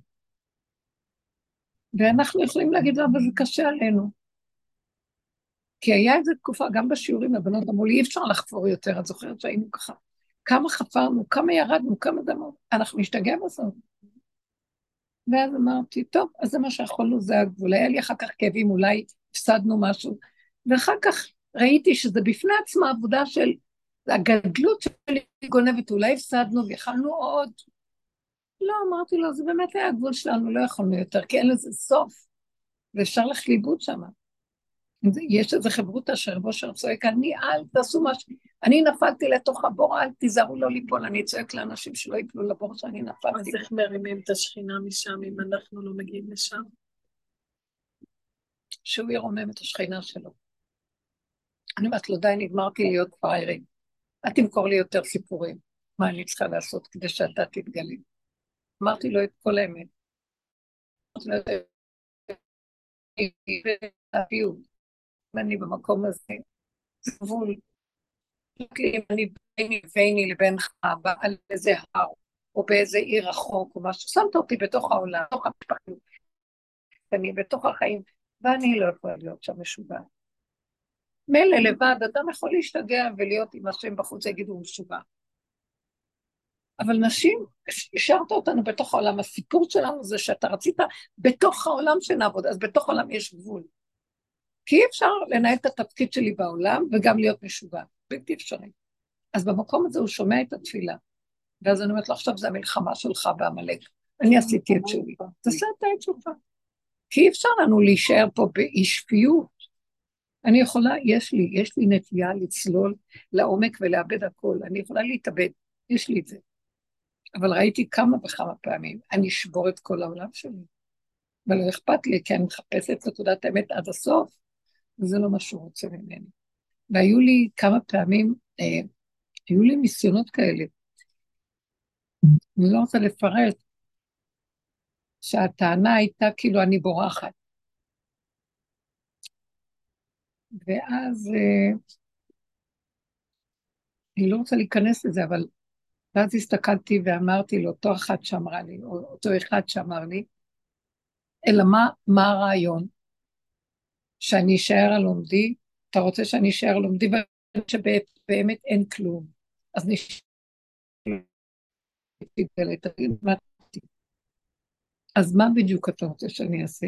ואנחנו יכולים להגיד לו, אבל זה קשה עלינו. כי היה איזו תקופה, גם בשיעורים, הבנות אמרו לי, אי אפשר לחפור יותר, את זוכרת שהיינו ככה, כמה חפרנו, כמה ירדנו, כמה דמות, אנחנו נשתגע בסוף. ואז אמרתי, טוב, אז זה מה שיכולנו, זה הגבול, היה לי אחר כך כאבים, אולי הפסדנו משהו, ואחר כך ראיתי שזה בפני עצמה עבודה של הגדלות שלי גונבת, אולי הפסדנו ויכלנו עוד. לא, אמרתי לו, זה באמת היה הגבול שלנו, לא יכולנו יותר, כי אין לזה סוף, ואפשר לך לאיבוד שם. יש איזו חברות אשר בו שרצועק, אני אל תעשו משהו, אני נפלתי לתוך הבור, אל תיזהרו לא ליפול, אני צועק לאנשים שלא יפלו לבור שאני נפלתי. אז איך מרימים את השכינה משם אם אנחנו לא מגיעים לשם? שהוא ירומם את השכינה שלו. אני אומרת לו, די, נגמרתי להיות פריירים, אל תמכור לי יותר סיפורים, מה אני צריכה לעשות כדי שאתה תתגלי. אמרתי לו את כל האמת. ואני במקום הזה, זה גבול. אם אני ביני ביני לבינך, על איזה הר, או באיזה עיר רחוק, או משהו, שמת אותי בתוך העולם, בתוך המשפחים, אני בתוך החיים, ואני לא יכולה להיות שם משוגע. מילא לבד, אדם יכול להשתגע ולהיות עם השם בחוץ, יגידו משוגע. אבל נשים, השארת אותנו בתוך העולם, הסיפור שלנו זה שאתה רצית בתוך העולם שנעבוד, אז בתוך העולם יש גבול. כי אי אפשר לנהל את התפקיד שלי בעולם וגם להיות משוגע, בלתי אפשרי. אז במקום הזה הוא שומע את התפילה, ואז אני אומרת לו, עכשיו זה המלחמה שלך בעמלק, אני עשיתי את שלי, תעשה את העת שלך. כי אי אפשר לנו להישאר פה באי שפיות. אני יכולה, יש לי, יש לי נטייה לצלול לעומק ולאבד הכל, אני יכולה להתאבד, יש לי את זה. אבל ראיתי כמה וכמה פעמים, אני אשבור את כל העולם שלי. אבל לא אכפת לי, כי אני מחפשת את נקודת האמת עד הסוף, וזה לא מה שהוא רוצה ממני. והיו לי כמה פעמים, אה, היו לי ניסיונות כאלה. אני לא רוצה לפרט, שהטענה הייתה כאילו אני בורחת. ואז, אה, אני לא רוצה להיכנס לזה, אבל ואז הסתכלתי ואמרתי לאותו אחד שאמרה לי, או אותו אחד שאמר לי, אלא מה, מה הרעיון? שאני אשאר על לומדי? אתה רוצה שאני אשאר על לומדי, שבאמת אין כלום. אז נשארתי תגיד מה, אז מה בדיוק אתה רוצה שאני אעשה?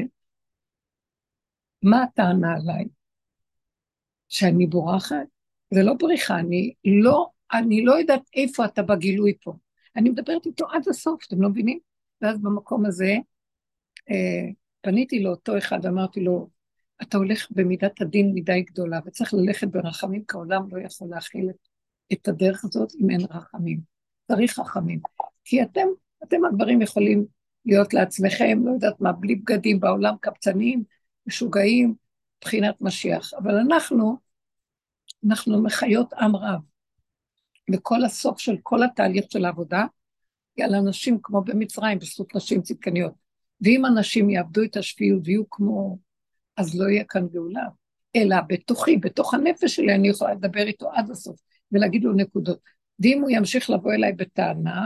מה הטענה עליי? שאני בורחת? זה לא בריחה, אני לא, אני לא יודעת איפה אתה בגילוי פה. אני מדברת איתו עד הסוף, אתם לא מבינים? ואז במקום הזה, אה, פניתי לאותו אחד, אמרתי לו, אתה הולך במידת הדין מדי גדולה, וצריך ללכת ברחמים, כי העולם לא יכול להכיל את, את הדרך הזאת אם אין רחמים. צריך רחמים. כי אתם, אתם הדברים יכולים להיות לעצמכם, לא יודעת מה, בלי בגדים בעולם, קבצניים, משוגעים, בחינת משיח. אבל אנחנו, אנחנו מחיות עם רב. וכל הסוף של כל התהליך של העבודה, היא על אנשים כמו במצרים, בזכות נשים צדקניות. ואם אנשים יאבדו את השפיות ויהיו כמו, אז לא יהיה כאן גאולה. אלא בתוכי, בתוך הנפש שלי, אני יכולה לדבר איתו עד הסוף, ולהגיד לו נקודות. ואם הוא ימשיך לבוא אליי בטענה,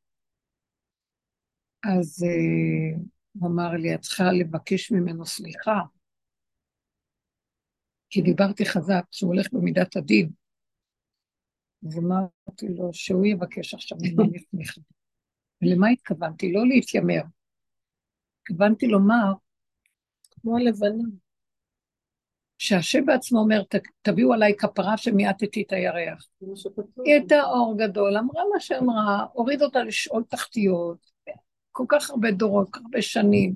אז אה, הוא אמר לי, את צריכה לבקש ממנו סליחה, כי דיברתי חזק, שהוא הולך במידת הדין. אז אמרתי לו, שהוא יבקש עכשיו ממני סליחה. ולמה התכוונתי? לא להתיימר. התכוונתי לומר, כמו הלבנה. שהשם בעצמו אומר, "ת- תביאו עליי כפרה שמיעטתי את הירח." כמו שכתוב. היא הייתה אור גדול, אמרה מה שאמרה, הוריד אותה לשאול תחתיות, כל כך הרבה דורות, כל כך הרבה שנים,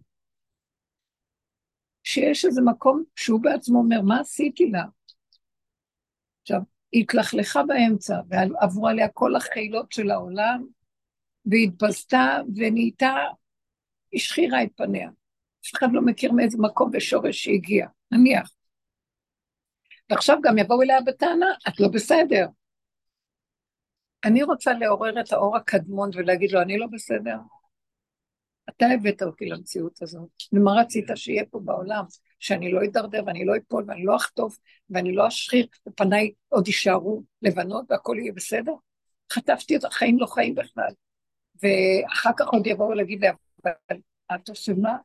שיש איזה מקום שהוא בעצמו אומר, מה עשיתי לה? עכשיו, היא התלכלכה באמצע, ועברו עליה כל החילות של העולם, והתבזתה ונהייתה, השחירה את פניה. אף אחד לא מכיר מאיזה מקום ושורש שהגיע, נניח. ועכשיו גם יבואו אליה בטענה, את לא בסדר. אני רוצה לעורר את האור הקדמון ולהגיד לו, אני לא בסדר. אתה הבאת אותי למציאות הזאת, ומה רצית שיהיה פה בעולם? שאני לא אדרדר ואני לא אפול ואני לא אחטוף ואני לא אשחיר, ופניי עוד יישארו לבנות והכל יהיה בסדר? חטפתי את החיים לא חיים בכלל. ואחר כך עוד יבואו להגיד לי, אבל את אשמה?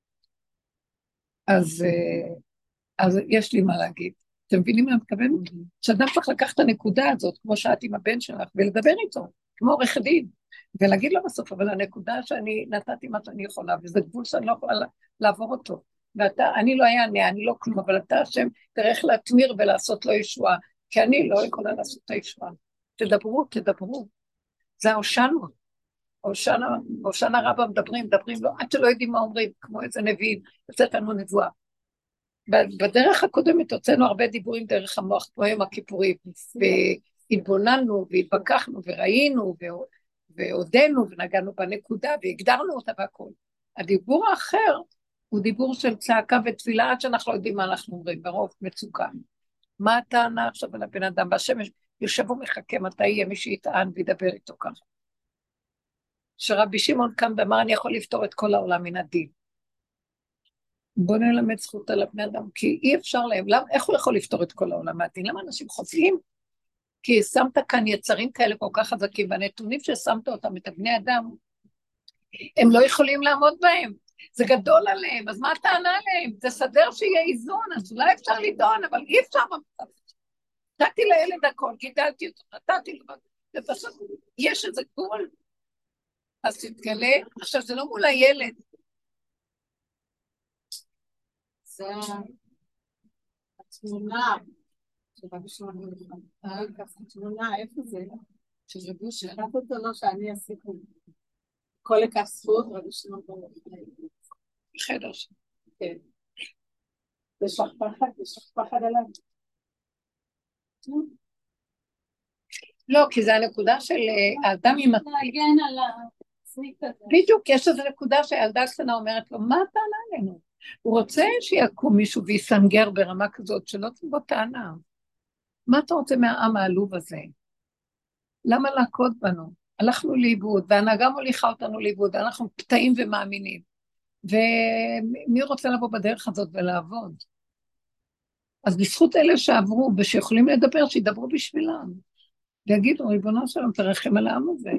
אז, אה, אז יש לי מה להגיד. אתם מבינים מה אני מתכוונת? שאדם צריך לקחת את הנקודה הזאת, כמו שאת עם הבן שלך, ולדבר איתו, כמו עורך דין, ולהגיד לו בסוף, אבל הנקודה שאני נתתי מה שאני יכולה, וזה גבול שאני לא יכולה לעבור אותו. ואתה, אני לא אענה, אני לא כלום, אבל אתה השם, תראה איך להתמיר ולעשות לו ישועה, כי אני לא יכולה לעשות את הישועה. תדברו, תדברו. זה ההושענו. הושענא, הושענא רבא מדברים, מדברים, לא, עד שלא יודעים מה אומרים, כמו איזה נביאים, יוצאת לנו נבואה. בדרך הקודמת הוצאנו הרבה דיבורים דרך המוח, כמו יום הכיפורים, והתבוננו והתווכחנו וראינו והודנו ונגענו בנקודה והגדרנו אותה והכל. הדיבור האחר הוא דיבור של צעקה ותפילה עד שאנחנו לא יודעים מה אנחנו אומרים, ברוב מצוקה. מה הטענה עכשיו על הבן אדם? והשם יושב ומחכה מתי יהיה מי שיטען וידבר איתו ככה. שרבי שמעון קם ואמר, אני יכול לפתור את כל העולם מן הדין. בוא נלמד זכות על הבני אדם, כי אי אפשר להם, למה, איך הוא יכול לפתור את כל העולם מהדין? למה אנשים חופים? כי שמת כאן יצרים כאלה כל כך חזקים, והנתונים ששמת אותם, את הבני אדם, הם לא יכולים לעמוד בהם, זה גדול עליהם, אז מה הטענה עליהם? תסדר שיהיה איזון, אז אולי אפשר לטעון, אבל אי אפשר. נתתי לילד הכל, גידלתי אותו, נתתי לו, ובסוף יש איזה גבול, אז תתגלה, עכשיו זה לא מול הילד, זה התמונה, שרבי שמעון ככה תמונה, איפה זה? שרבי שרק אותו לא שאני עשיתי. כל לכך זכות, רבי שמעון בחדר שם. כן. יש לך פחד, יש לך פחד עליו. לא, כי זה הנקודה של אה, האדם עם... להגן על העצמי כזה. בדיוק, יש איזו נקודה שהילדה הקטנה אומרת לו, מה הטענה עלינו? הוא רוצה שיקום מישהו ויסנגר ברמה כזאת, שלא תבוא טענה. מה אתה רוצה מהעם העלוב הזה? למה להכות בנו? הלכנו לאיבוד, וההנהגה מוליכה אותנו לאיבוד, אנחנו פתאים ומאמינים. ומי רוצה לבוא בדרך הזאת ולעבוד? אז בזכות אלה שעברו ושיכולים לדבר, שידברו בשבילם. ויגידו, ריבונו שלום, תרחם על העם הזה.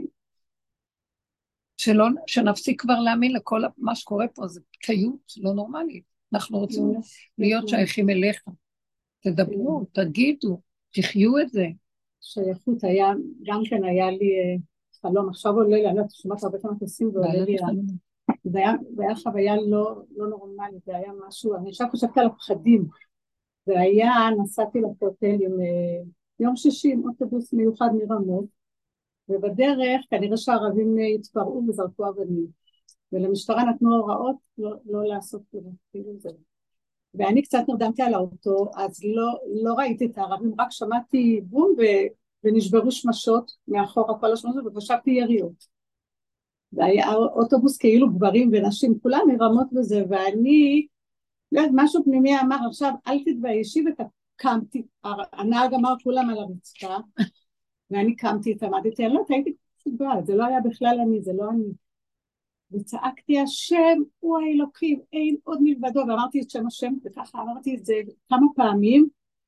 שלא, שנפסיק כבר להאמין לכל מה שקורה פה, זה פתאיות לא נורמלית. אנחנו רוצים להיות שייכים אליך. תדברו, תגידו, תחיו את זה. שייכות היה, גם כן היה לי אה, חלום, עכשיו עולה לי, אני לא שומעת הרבה פעמים עושים ועולה לי, זה היה, זה היה חוויה לא, לא נורמלית, זה היה משהו, אני עכשיו חושבת על הפחדים, זה היה, נסעתי לכותל עם אה, יום שישי עם אוטובוס מיוחד מרמות, ובדרך כנראה שהערבים התפרעו וזרקו אבנים, ולמשטרה נתנו הוראות לא, לא לעשות כאילו זה. ואני קצת נרדמתי על האוטו, אז לא, לא ראיתי את הערבים, רק שמעתי בום ו, ונשברו שמשות מאחורה כל השמשות, וחשבתי יריות. והיה אוטובוס כאילו גברים ונשים, כולם מרמות בזה, ואני, לא יודעת, משהו פנימי אמר, עכשיו אל תתביישי, וקמתי, הנהג אמר כולם על הרצפה, ואני קמתי, התעמדתי, אני לא יודעת, הייתי סוגרת, זה לא היה בכלל אני, זה לא אני. וצעקתי השם הוא האלוקים, אין עוד מלבדו, ואמרתי את שם השם, וככה אמרתי את זה כמה פעמים,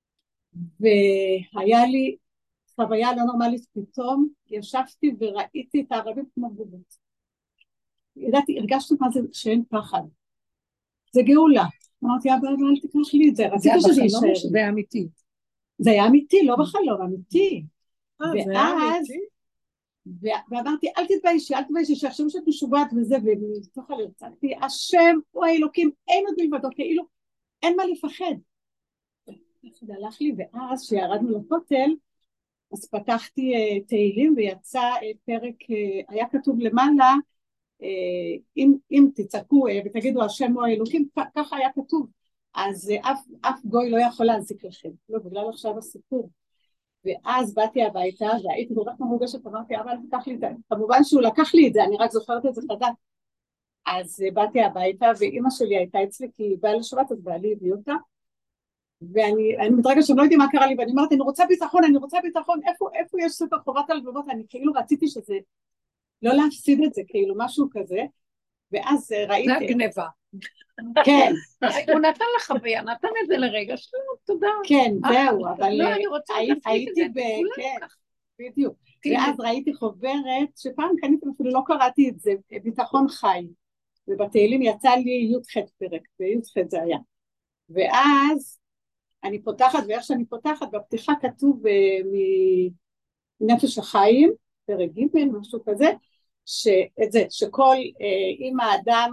והיה לי חוויה לא נורמלית פתאום, ישבתי וראיתי את הערבים כמו בובות. ידעתי, הרגשתי מה זה שאין פחד. זה גאולה. אמרתי, אבל אל תיקח לי את זה, רציתי שזה יישאר. זה היה אמיתי. זה היה אמיתי, לא בחלום, אמיתי. אה, זה היה אמיתי? ואמרתי, אל תתביישי, אל תתביישי, שעכשיו שאת משובעת וזה, ובתוך הלרצתי, השם הוא האלוקים, אין עוד מלבדו, כאילו, אין מה לפחד. זה הלך לי, ואז שירדנו לכותל, אז פתחתי uh, תהילים, ויצא uh, פרק, uh, היה כתוב למעלה, uh, אם, אם תצעקו uh, ותגידו, השם הוא האלוקים, ככה היה כתוב, אז uh, אף, אף גוי לא יכול להזיק לכם, לא, בגלל עכשיו הסיפור. ואז באתי הביתה, והייתי כל כך מרוגשת, אמרתי, אבל לקח לי את זה, כמובן שהוא לקח לי את זה, אני רק זוכרת את זה חדש. אז באתי הביתה, ואימא שלי הייתה אצלי, כי היא באה לשבת, אז בעלי הביא אותה, ואני מתרגשת שאני לא יודעת מה קרה לי, ואני אומרת, אני רוצה ביטחון, אני רוצה ביטחון, איפה, איפה יש ספר חובת הלבבות, אני כאילו רציתי שזה, לא להפסיד את זה, כאילו משהו כזה, ואז ראיתי... זה הגניבה. כן. הוא נתן לך חוויה, נתן את זה לרגע, שלום, תודה. כן, זהו, אבל הייתי ב... כן, בדיוק. ואז ראיתי חוברת, שפעם קניתי אפילו לא קראתי את זה, ביטחון חי, ובתהילים יצא לי י"ח פרק, וי"ח זה היה. ואז אני פותחת, ואיך שאני פותחת, בפתיחה כתוב מנפש החיים, פרק ג' משהו כזה, שאת זה, שכל, אם האדם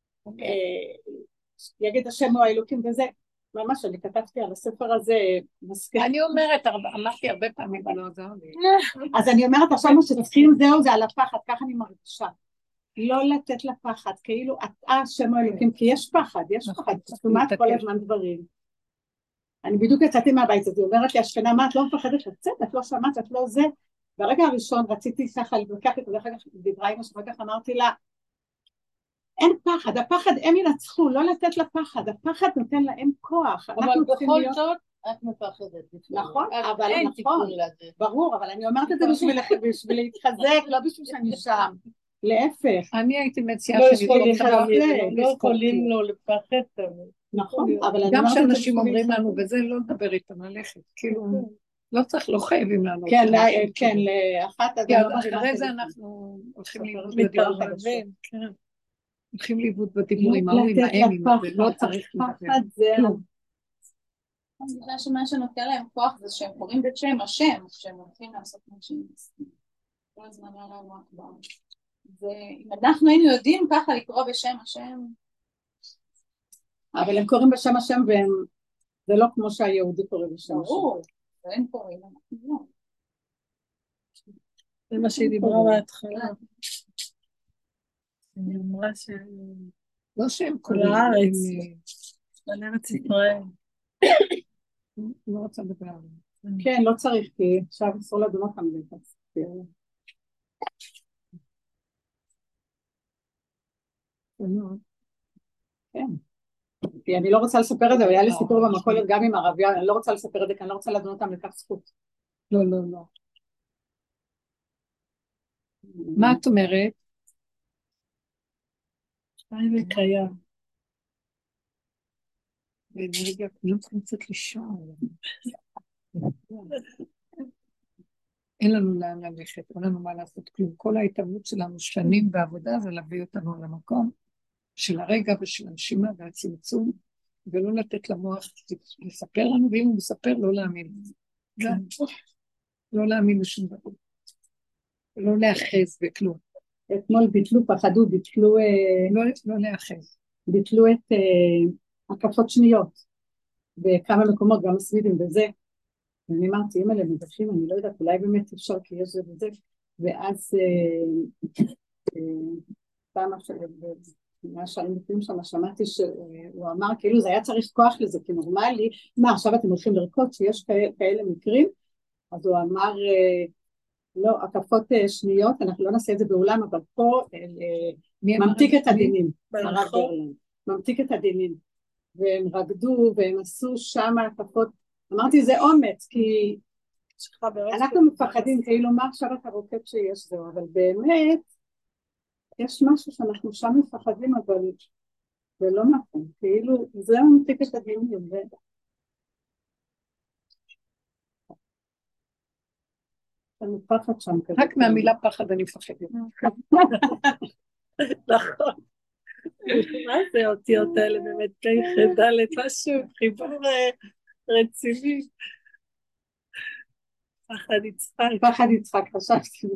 יגיד השם הוא האלוקים וזה, ממש אני כתבתי על הספר הזה מסכן. אני אומרת, אמרתי הרבה פעמים ולא עזר לי. אז אני אומרת עכשיו מה שצריכים זהו זה על הפחד, ככה אני מרגישה. לא לתת לפחד, כאילו אתה השם הוא האלוקים, כי יש פחד, יש פחד, שומעת כל הזמן דברים. אני בדיוק יצאתי מהבית הזה, אומרת לי השכנה, מה את לא מפחדת לצאת, את לא שמעת, את לא זה. ברגע הראשון רציתי ככה להתווכח איתה, ואחר כך דיברה אימא שאחר כך אמרתי לה, אין פחד, הפחד הם ינצחו, לא לתת לפחד, הפחד נותן להם כוח. אבל בכל זאת את מפחדת. נכון, אבל נכון, ברור, אבל אני אומרת את זה בשביל להתחזק, לא בשביל שאני שם, להפך. אני הייתי מציעה לא יכולים לו לפחד. נכון, אבל גם שאנשים אומרים לנו, וזה לא לדבר איתם ללכת, כאילו, לא צריך, לא חייבים לנו. כן, כן, לאחת, אחרי זה אנחנו הולכים לאיבוד בדיבור חדשים. הולכים לאיבוד בדיבור עם ההוא, עם האם, לא צריך פחד, זהו. אני חושבת שמה שנותן להם כוח זה שהם קוראים בשם השם, שהם הולכים לעשות מה שהם עושים. כל הזמן היה להם אכבר. ואם אנחנו היינו יודעים ככה לקרוא בשם השם, אבל הם קוראים בשם השם והם, זה לא כמו שהיהודי קורא בשם השם. ברור, והם קוראים, אנחנו לא. זה מה שהיא דיברה בהתחלה. היא אמרה ש... לא שהם כל הארץ, על ארץ ישראל. לא רוצה לדבר. כן, לא צריך, כי עכשיו אסור לדון אותם בקצת. כן. כי אני לא רוצה לספר את זה, אבל היה לי סיפור במכולת גם עם ערביה, אני לא רוצה לספר את זה, כי אני לא רוצה לדון אותם לכך זכות. לא, לא, לא. מה את אומרת? חי וקיים. רגע, לא צריכים קצת לישון. אין לנו לאן ללכת, אין לנו מה לעשות כלום. כל ההתאמנות שלנו שנים בעבודה זה להביא אותנו למקום של הרגע ושל הנשימה והצמצום, ולא לתת למוח לספר לנו, ואם הוא מספר לא להאמין. לא להאמין לשום דבר. לא להאחז בכלום. אתמול ביטלו, פחדו, ביטלו, לא להאחז. ביטלו את הקפות שניות, בכמה מקומות, גם הסווידים וזה, ואני אמרתי, אם אלה מבקשים, אני לא יודעת, אולי באמת אפשר כי יש זה וזה, ואז פעם מה שאני מפעים שם, שמעתי שהוא אמר, כאילו זה היה צריך כוח לזה, כי נורמלי, מה עכשיו אתם הולכים לרקוד שיש כאלה מקרים, אז הוא אמר, לא, הקפות שניות, אנחנו לא נעשה את זה באולם, אבל פה ממתיק את הדינים, הרב ברלנד, ממתיק את הדינים, והם רקדו והם עשו שם הקפות, אמרתי זה אומץ, כי אנחנו מפחדים, כאילו מה עכשיו אתה רוקד שיש זהו, אבל באמת יש משהו שאנחנו שם מפחדים, אבל זה לא נכון, כאילו זה ממתיק את הדינים. אני מפחד שם כזה. רק מהמילה פחד אני מפחדת. נכון. מה זה אותיות האלה באמת, כי חדלת, משהו, חיבור רציני. פחד יצחק. פחד יצחק, חשבתי.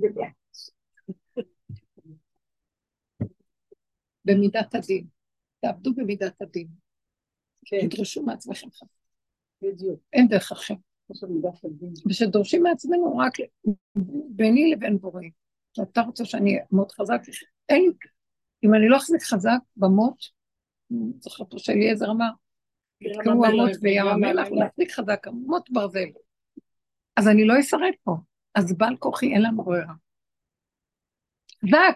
במידת הדין. תעבדו במידת הדין. תדרשו מעצמכם. בדיוק. אין דרך אחר. ושדורשים מעצמנו רק ביני לבין בורא. אתה רוצה שאני מאוד חזק? אין. אם אני לא אחזיק חזק במות, זוכר פה שאליעזר אמר, תקראו המות וים המלח, להחזיק חזק, המות ברזל. אז אני לא אשרד פה. אז בעל כוחי אין לנו ברירה. חזק!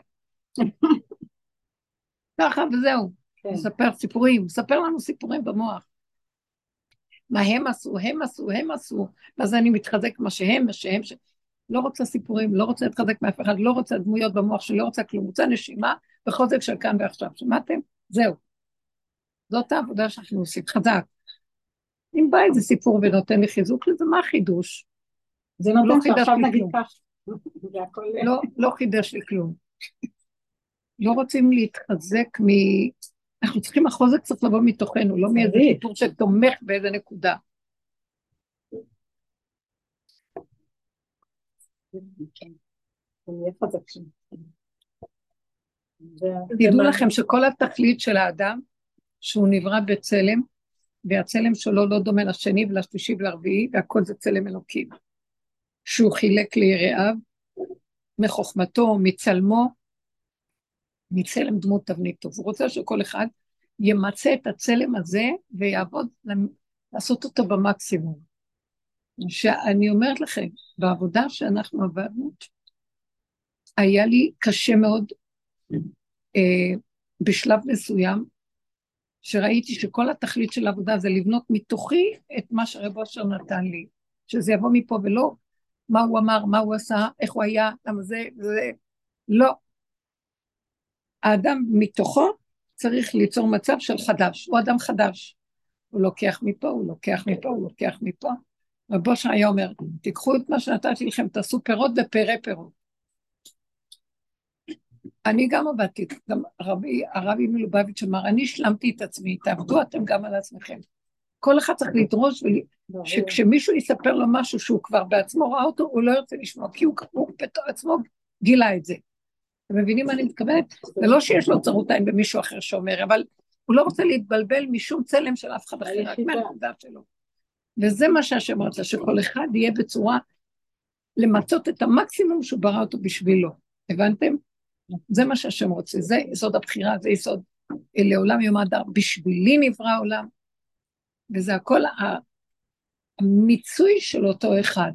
ככה וזהו. מספר סיפורים, מספר לנו סיפורים במוח. מה הם עשו, הם עשו, הם עשו, ואז אני מתחזק מה שהם, מה שהם, ש... לא רוצה סיפורים, לא רוצה להתחזק מאף אחד, לא רוצה דמויות במוח שלי, לא רוצה כלום, רוצה נשימה, וחוזק של כאן ועכשיו, שמעתם? זהו. זאת העבודה שאנחנו עושים, חזק. אם בא איזה סיפור ונותן לי חיזוק לזה, מה החידוש? זה נותן שעכשיו נגיד כך. לא, לא חידש לי כלום. לא רוצים להתחזק מ... אנחנו צריכים, החוזק צריך לבוא מתוכנו, לא מאיזה סיפור שתומך באיזה נקודה. תדעו לכם שכל התכלית של האדם, שהוא נברא בצלם, והצלם שלו לא דומה לשני ולשלישי ולרביעי, והכל זה צלם אלוקים. שהוא חילק ליראיו, מחוכמתו, מצלמו, מצלם דמות תבניתו. הוא רוצה שכל אחד ימצא את הצלם הזה, ויעבוד לעשות אותו במקסימום. שאני אומרת לכם, בעבודה שאנחנו עבדנו, היה לי קשה מאוד, אה, בשלב מסוים, שראיתי שכל התכלית של העבודה זה לבנות מתוכי את מה שרב אושר נתן לי, שזה יבוא מפה ולא מה הוא אמר, מה הוא עשה, איך הוא היה, למה זה, זה, לא. האדם מתוכו צריך ליצור מצב של חדש, הוא אדם חדש, הוא לוקח מפה, הוא לוקח מפה, הוא לוקח מפה, רב אושר היה אומר, תיקחו את מה שנתתי לכם, תעשו פירות ופרי פירות. אני גם עבדתי, גם הרבי, הרבי מלובביץ' אמר, אני השלמתי את עצמי, תעבדו אתם גם על עצמכם. כל אחד צריך לדרוש, שכשמישהו יספר לו משהו שהוא כבר בעצמו ראה אותו, הוא לא ירצה לשמוע, כי הוא, הוא בעצמו גילה את זה. אתם מבינים מה אני מתכוונת? זה לא שיש לו צרות עין במישהו אחר שאומר, אבל הוא לא רוצה להתבלבל משום צלם של אף אחד אחר, רק מהנקודה שלו. וזה מה שהשם רוצה, שכל אחד יהיה בצורה למצות את המקסימום שהוא ברא אותו בשבילו. הבנתם? זה מה שהשם רוצה, זה יסוד הבחירה, זה יסוד לעולם יום האדם, בשבילי נברא העולם, וזה הכל המיצוי של אותו אחד.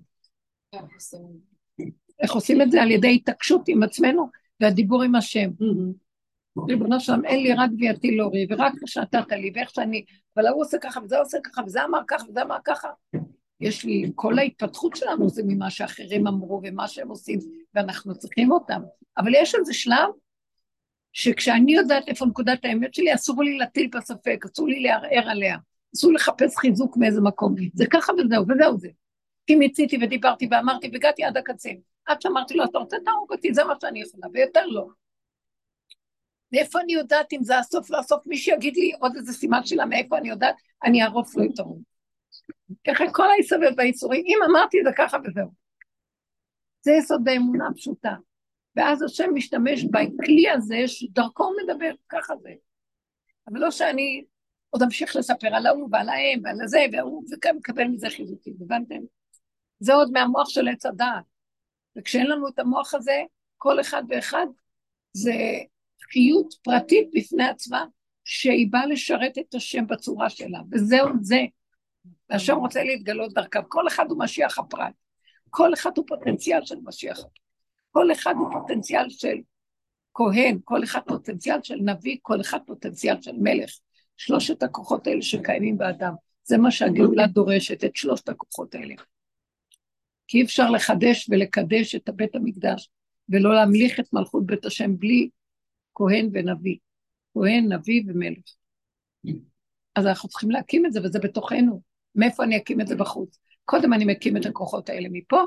איך עושים את זה? על ידי התעקשות עם עצמנו והדיבור עם השם. ריבונו שלם, אין לי רק ביאתי לא רי, ורק מה שנתת לי, ואיך שאני, אבל הוא עושה ככה, וזה עושה ככה, וזה אמר ככה, וזה אמר ככה. יש לי, כל ההתפתחות שלנו זה ממה שאחרים אמרו, ומה שהם עושים, ואנחנו צריכים אותם. אבל יש איזה שלב, שכשאני יודעת איפה נקודת האמת שלי, אסור לי להטיל בספק, אסור לי לערער עליה, אסור לחפש חיזוק מאיזה מקום. זה ככה וזהו, וזהו זה. כי מיציתי ודיברתי ואמרתי, והגעתי עד הקצין. עד שאמרתי לו, אתה רוצה תהרוג אותי, זה מה שאני יכולה, ויותר לא. מאיפה אני יודעת אם זה הסוף, לא הסוף, מי שיגיד לי עוד איזה סימן שלה, מאיפה אני יודעת, אני אערוף לו יותר. ככה כל היסבל והיצורים, אם אמרתי זה ככה וזהו. זה יסוד האמונה הפשוטה. ואז השם משתמש בכלי הזה, שדרכו הוא מדבר, ככה זה. אבל לא שאני עוד אמשיך לספר על ההוא ועל ההם ועל הזה, והוא וכאן מקבל מזה חיזוקים, הבנתם? זה עוד מהמוח של עץ הדעת. וכשאין לנו את המוח הזה, כל אחד ואחד, זה חיות פרטית בפני עצמה, שהיא באה לשרת את השם בצורה שלה, וזהו זה. השם רוצה להתגלות דרכם, כל אחד הוא משיח הפרט, כל אחד הוא פוטנציאל של משיח הפרט, כל אחד הוא פוטנציאל של כהן, כל אחד פוטנציאל של נביא, כל אחד פוטנציאל של מלך, שלושת הכוחות האלה שקיימים באדם, זה מה שהגאולה דורשת, את שלושת הכוחות האלה. כי אי אפשר לחדש ולקדש את בית המקדש, ולא להמליך את מלכות בית השם בלי כהן ונביא, כהן, נביא ומלך. אז אנחנו צריכים להקים את זה, וזה בתוכנו. מאיפה אני אקים את זה בחוץ? קודם אני מקים את הכוחות האלה מפה.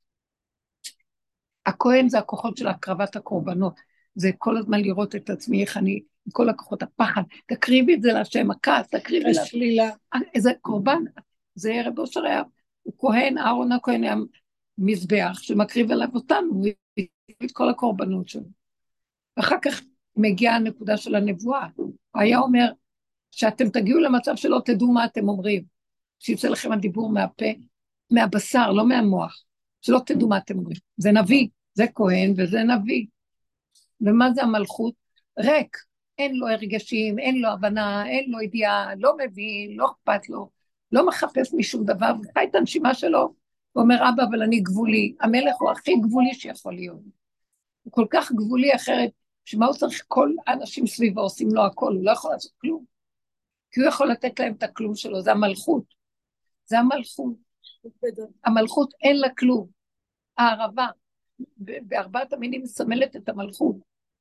הכהן זה הכוחות של הקרבת הקורבנות. זה כל הזמן לראות את עצמי, איך אני, עם כל הכוחות הפחד, תקריבי את זה להשם, הכעס, תקריבי השלילה. איזה קורבן, זה רב אושר היה, הוא כהן, אהרון הכהן היה מזבח, שמקריב עליו אותנו, הוא הביא את כל הקורבנות שלו. ואחר כך מגיעה הנקודה של הנבואה, הוא היה אומר, שאתם תגיעו למצב שלא תדעו מה אתם אומרים, שיצא לכם הדיבור מהפה, מהבשר, לא מהמוח, שלא תדעו מה אתם אומרים. זה נביא, זה כהן וזה נביא. ומה זה המלכות? ריק, אין לו הרגשים, אין לו הבנה, אין לו ידיעה, לא מבין, לא אכפת לו, לא מחפש משום דבר, וחי את הנשימה שלו, ואומר, אבא, אבל אני גבולי. המלך הוא הכי גבולי שיכול להיות. הוא כל כך גבולי אחרת, שמה הוא צריך כל האנשים סביבו עושים לו הכל, הוא לא יכול לעשות כלום. כי הוא יכול לתת להם את הכלום שלו, זה המלכות. זה המלכות. המלכות אין לה כלום. הערבה, בארבעת המינים מסמלת את המלכות.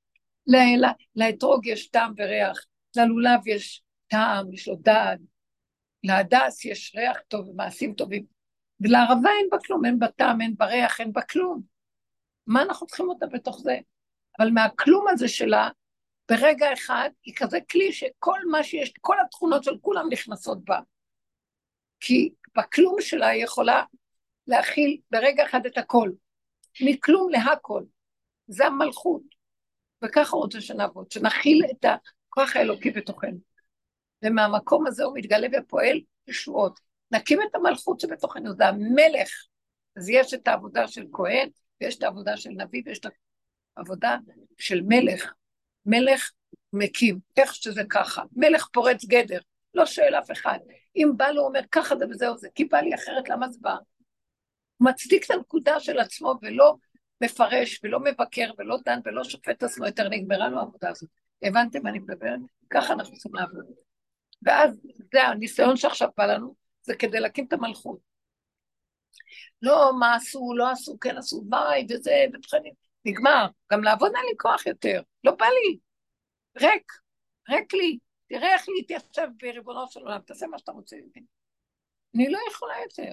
לאתרוג יש טעם וריח, ללולב יש טעם, יש לו דעת, להדס יש ריח טוב ומעשים טובים, ולערבה אין בה כלום, אין בה טעם, אין בה ריח, אין בה כלום. מה אנחנו צריכים אותה בתוך זה? אבל מהכלום הזה שלה, ברגע אחד, היא כזה כלי שכל מה שיש, כל התכונות של כולם נכנסות בה. כי בכלום שלה היא יכולה להכיל ברגע אחד את הכל. מכלום להכל. זה המלכות. וככה רוצה שנעבוד, שנכיל את הכוח האלוקי בתוכנו. ומהמקום הזה הוא מתגלה ופועל ישועות. נקים את המלכות שבתוכנו, זה המלך. אז יש את העבודה של כהן, ויש את העבודה של נביא, ויש את העבודה של מלך. מלך מקים, איך שזה ככה. מלך פורץ גדר, לא שואל אף אחד. אם בא לו אומר ככה זה וזהו זה, כי בא לי אחרת למה זה בא? הוא מצדיק את הנקודה של עצמו ולא מפרש ולא מבקר ולא דן ולא שופט עצמו יותר, נגמרה לו העבודה הזאת. הבנתם מה אני מדברת? ככה אנחנו צריכים לעבוד. ואז זה הניסיון שעכשיו בא לנו, זה כדי להקים את המלכות. לא מה עשו, לא עשו, כן עשו, ביי וזה, ובחנים. נגמר, גם לעבוד אין לי כוח יותר, לא בא לי, ריק, ריק לי, תראה איך לי תיישב בריבונו של עולם, תעשה מה שאתה רוצה, אני לא יכולה יותר.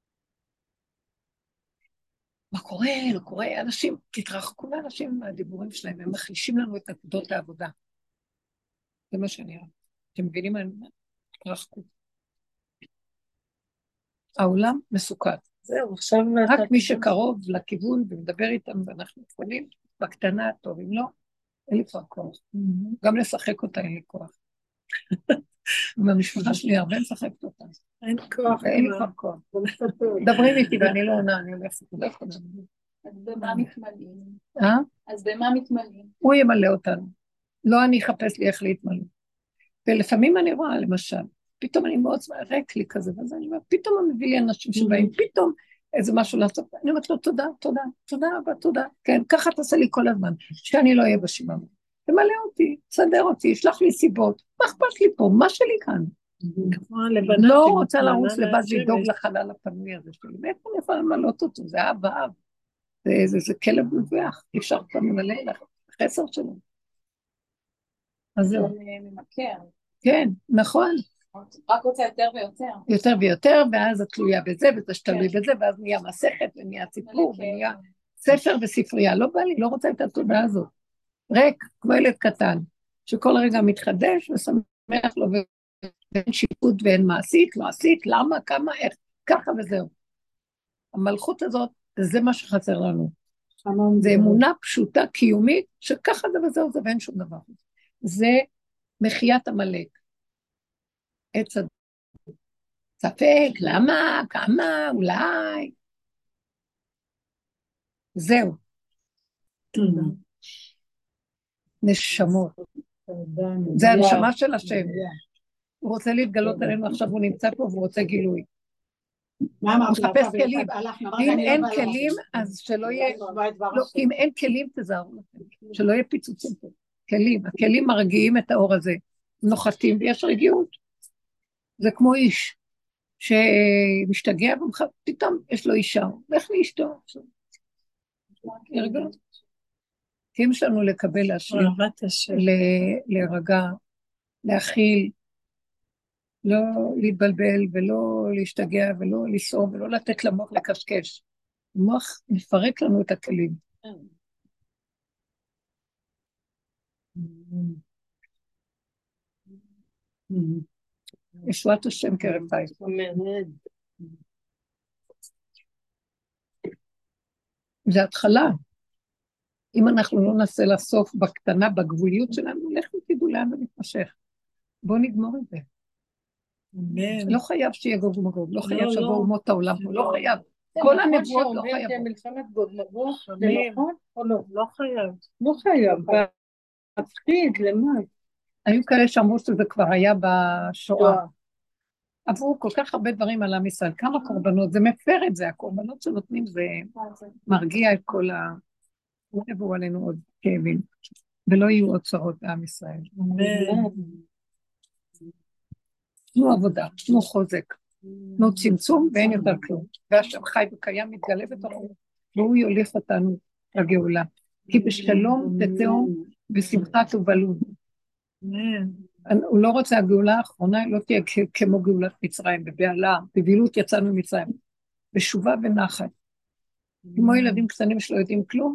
מה קורה, לא קורה, אנשים, תתרחקו מאנשים מהדיבורים שלהם, הם מחלישים לנו את נקודות העבודה. זה מה שאני רואה. אתם מבינים מה אני אומר? תתרחקו. העולם מסוכן. זהו, עכשיו... רק מי שקרוב לכיוון ומדבר איתם ואנחנו יכולים, בקטנה טוב, אם לא, אין לי כבר כוח. גם לשחק אותה אין לי כוח. במשפחה שלי הרבה משחקת אותה. אין כוח. אין לי כבר כוח. דברים איתי ואני לא עונה, אני הולכת. אז במה מתמלאים? אה? אז במה מתמלאים? הוא ימלא אותנו. לא אני אחפש לי איך להתמלא. ולפעמים אני רואה, למשל, פתאום אני מאוד ריק לי כזה, ואז אני אומרת, פתאום הוא מביא לי אנשים שבאים, פתאום איזה משהו לעשות, אני אומרת לו, תודה, תודה, תודה רבה, תודה, כן, ככה תעשה לי כל הזמן, שאני לא אהיה בשיממון. תמלא אותי, תסדר אותי, ישלח לי סיבות, מה אכפת לי פה, מה שלי כאן? לא רוצה לרוץ לבד לדאוג לחלל הפנוי הזה שלי, מאיפה אני יכולה למלות אותו, זה אב ואב, זה כלב מבויח, אי אפשר כבר למלא לחסר שלו. אז זהו. ממכר. כן, נכון. רק רוצה יותר ויותר. יותר ויותר, ואז את תלויה בזה, וזה שתלוי בזה, ואז נהיה מסכת, ונהיה סיפור, ונהיה ספר וספרייה. לא בא לי, לא רוצה את התודעה הזאת. ריק, כמו ילד קטן, שכל רגע מתחדש ושמח לו, ואין שיפוט ואין מעשית, לא עשית, למה, כמה, איך, ככה וזהו. המלכות הזאת, זה מה שחסר לנו. זה אמונה פשוטה, קיומית, שככה זה וזהו, זה ואין שום דבר. זה מחיית המלך. עץ הדעת. ספק, למה, כמה, אולי. זהו. נשמות. זה הנשמה של השם. הוא רוצה להתגלות עלינו, עכשיו הוא נמצא פה והוא רוצה גילוי. הוא מחפש כלים. אם אין כלים, אז שלא יהיה... לא, אם אין כלים, תזהרו לכם. שלא יהיה פיצוצים פה. כלים. הכלים מרגיעים את האור הזה. נוחתים ויש רגיעות. זה כמו איש שמשתגע ופתאום יש לו אישה. לך לאשתו. הרגע. תאים שלנו לקבל, להשלים, להירגע, להכיל, לא להתבלבל ולא להשתגע ולא לסעור ולא לתת למוח לקשקש. המוח מפרק לנו את הכלים. ישועת השם כרפאי. זה התחלה. אם אנחנו לא נעשה לסוף בקטנה, בגבוליות שלנו, לכו תדעו לאן ונתמשך. בואו נגמור את זה. לא חייב שיהיה גוג ומגוג, לא חייב שבוא אומות העולם, לא חייב. כל הנבואות לא חייב. מלחמת גוג ומגוג, זה נכון או לא? לא חייב. לא חייב. מפחיד, למה? היו כאלה שאמרו שזה כבר היה בשואה. עברו כל כך הרבה דברים על עם ישראל, כמה קורבנות, זה מפר את זה, הקורבנות שנותנים זה מרגיע את כל ה... לא יבואו עלינו עוד כאבים, ולא יהיו עוד צרות בעם ישראל. תנו עבודה, תנו חוזק, תנו צמצום ואין יותר כלום. והשם חי וקיים מתגלה בתוכו, והוא יוליך אותנו לגאולה. כי בשלום תצאו בשמחה תובלו. הוא לא רוצה הגאולה האחרונה, לא תהיה כמו גאולת מצרים, בבעלה, בבילות יצאנו ממצרים, בשובה ונחת. כמו ילדים קטנים שלא יודעים כלום,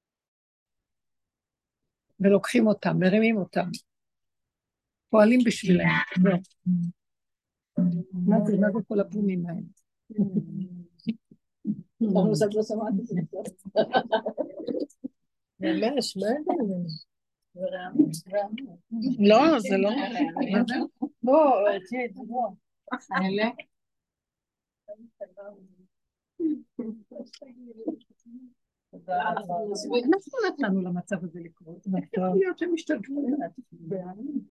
ולוקחים אותם, מרימים אותם, פועלים בשבילם. מה זה, מה זה כל הבומים האלה? ממש, מה זה? לא, זה לא. לא, זה לא. האלה? אנחנו נתנו למצב הזה לקרות, יכול להיות שהם השתגעו.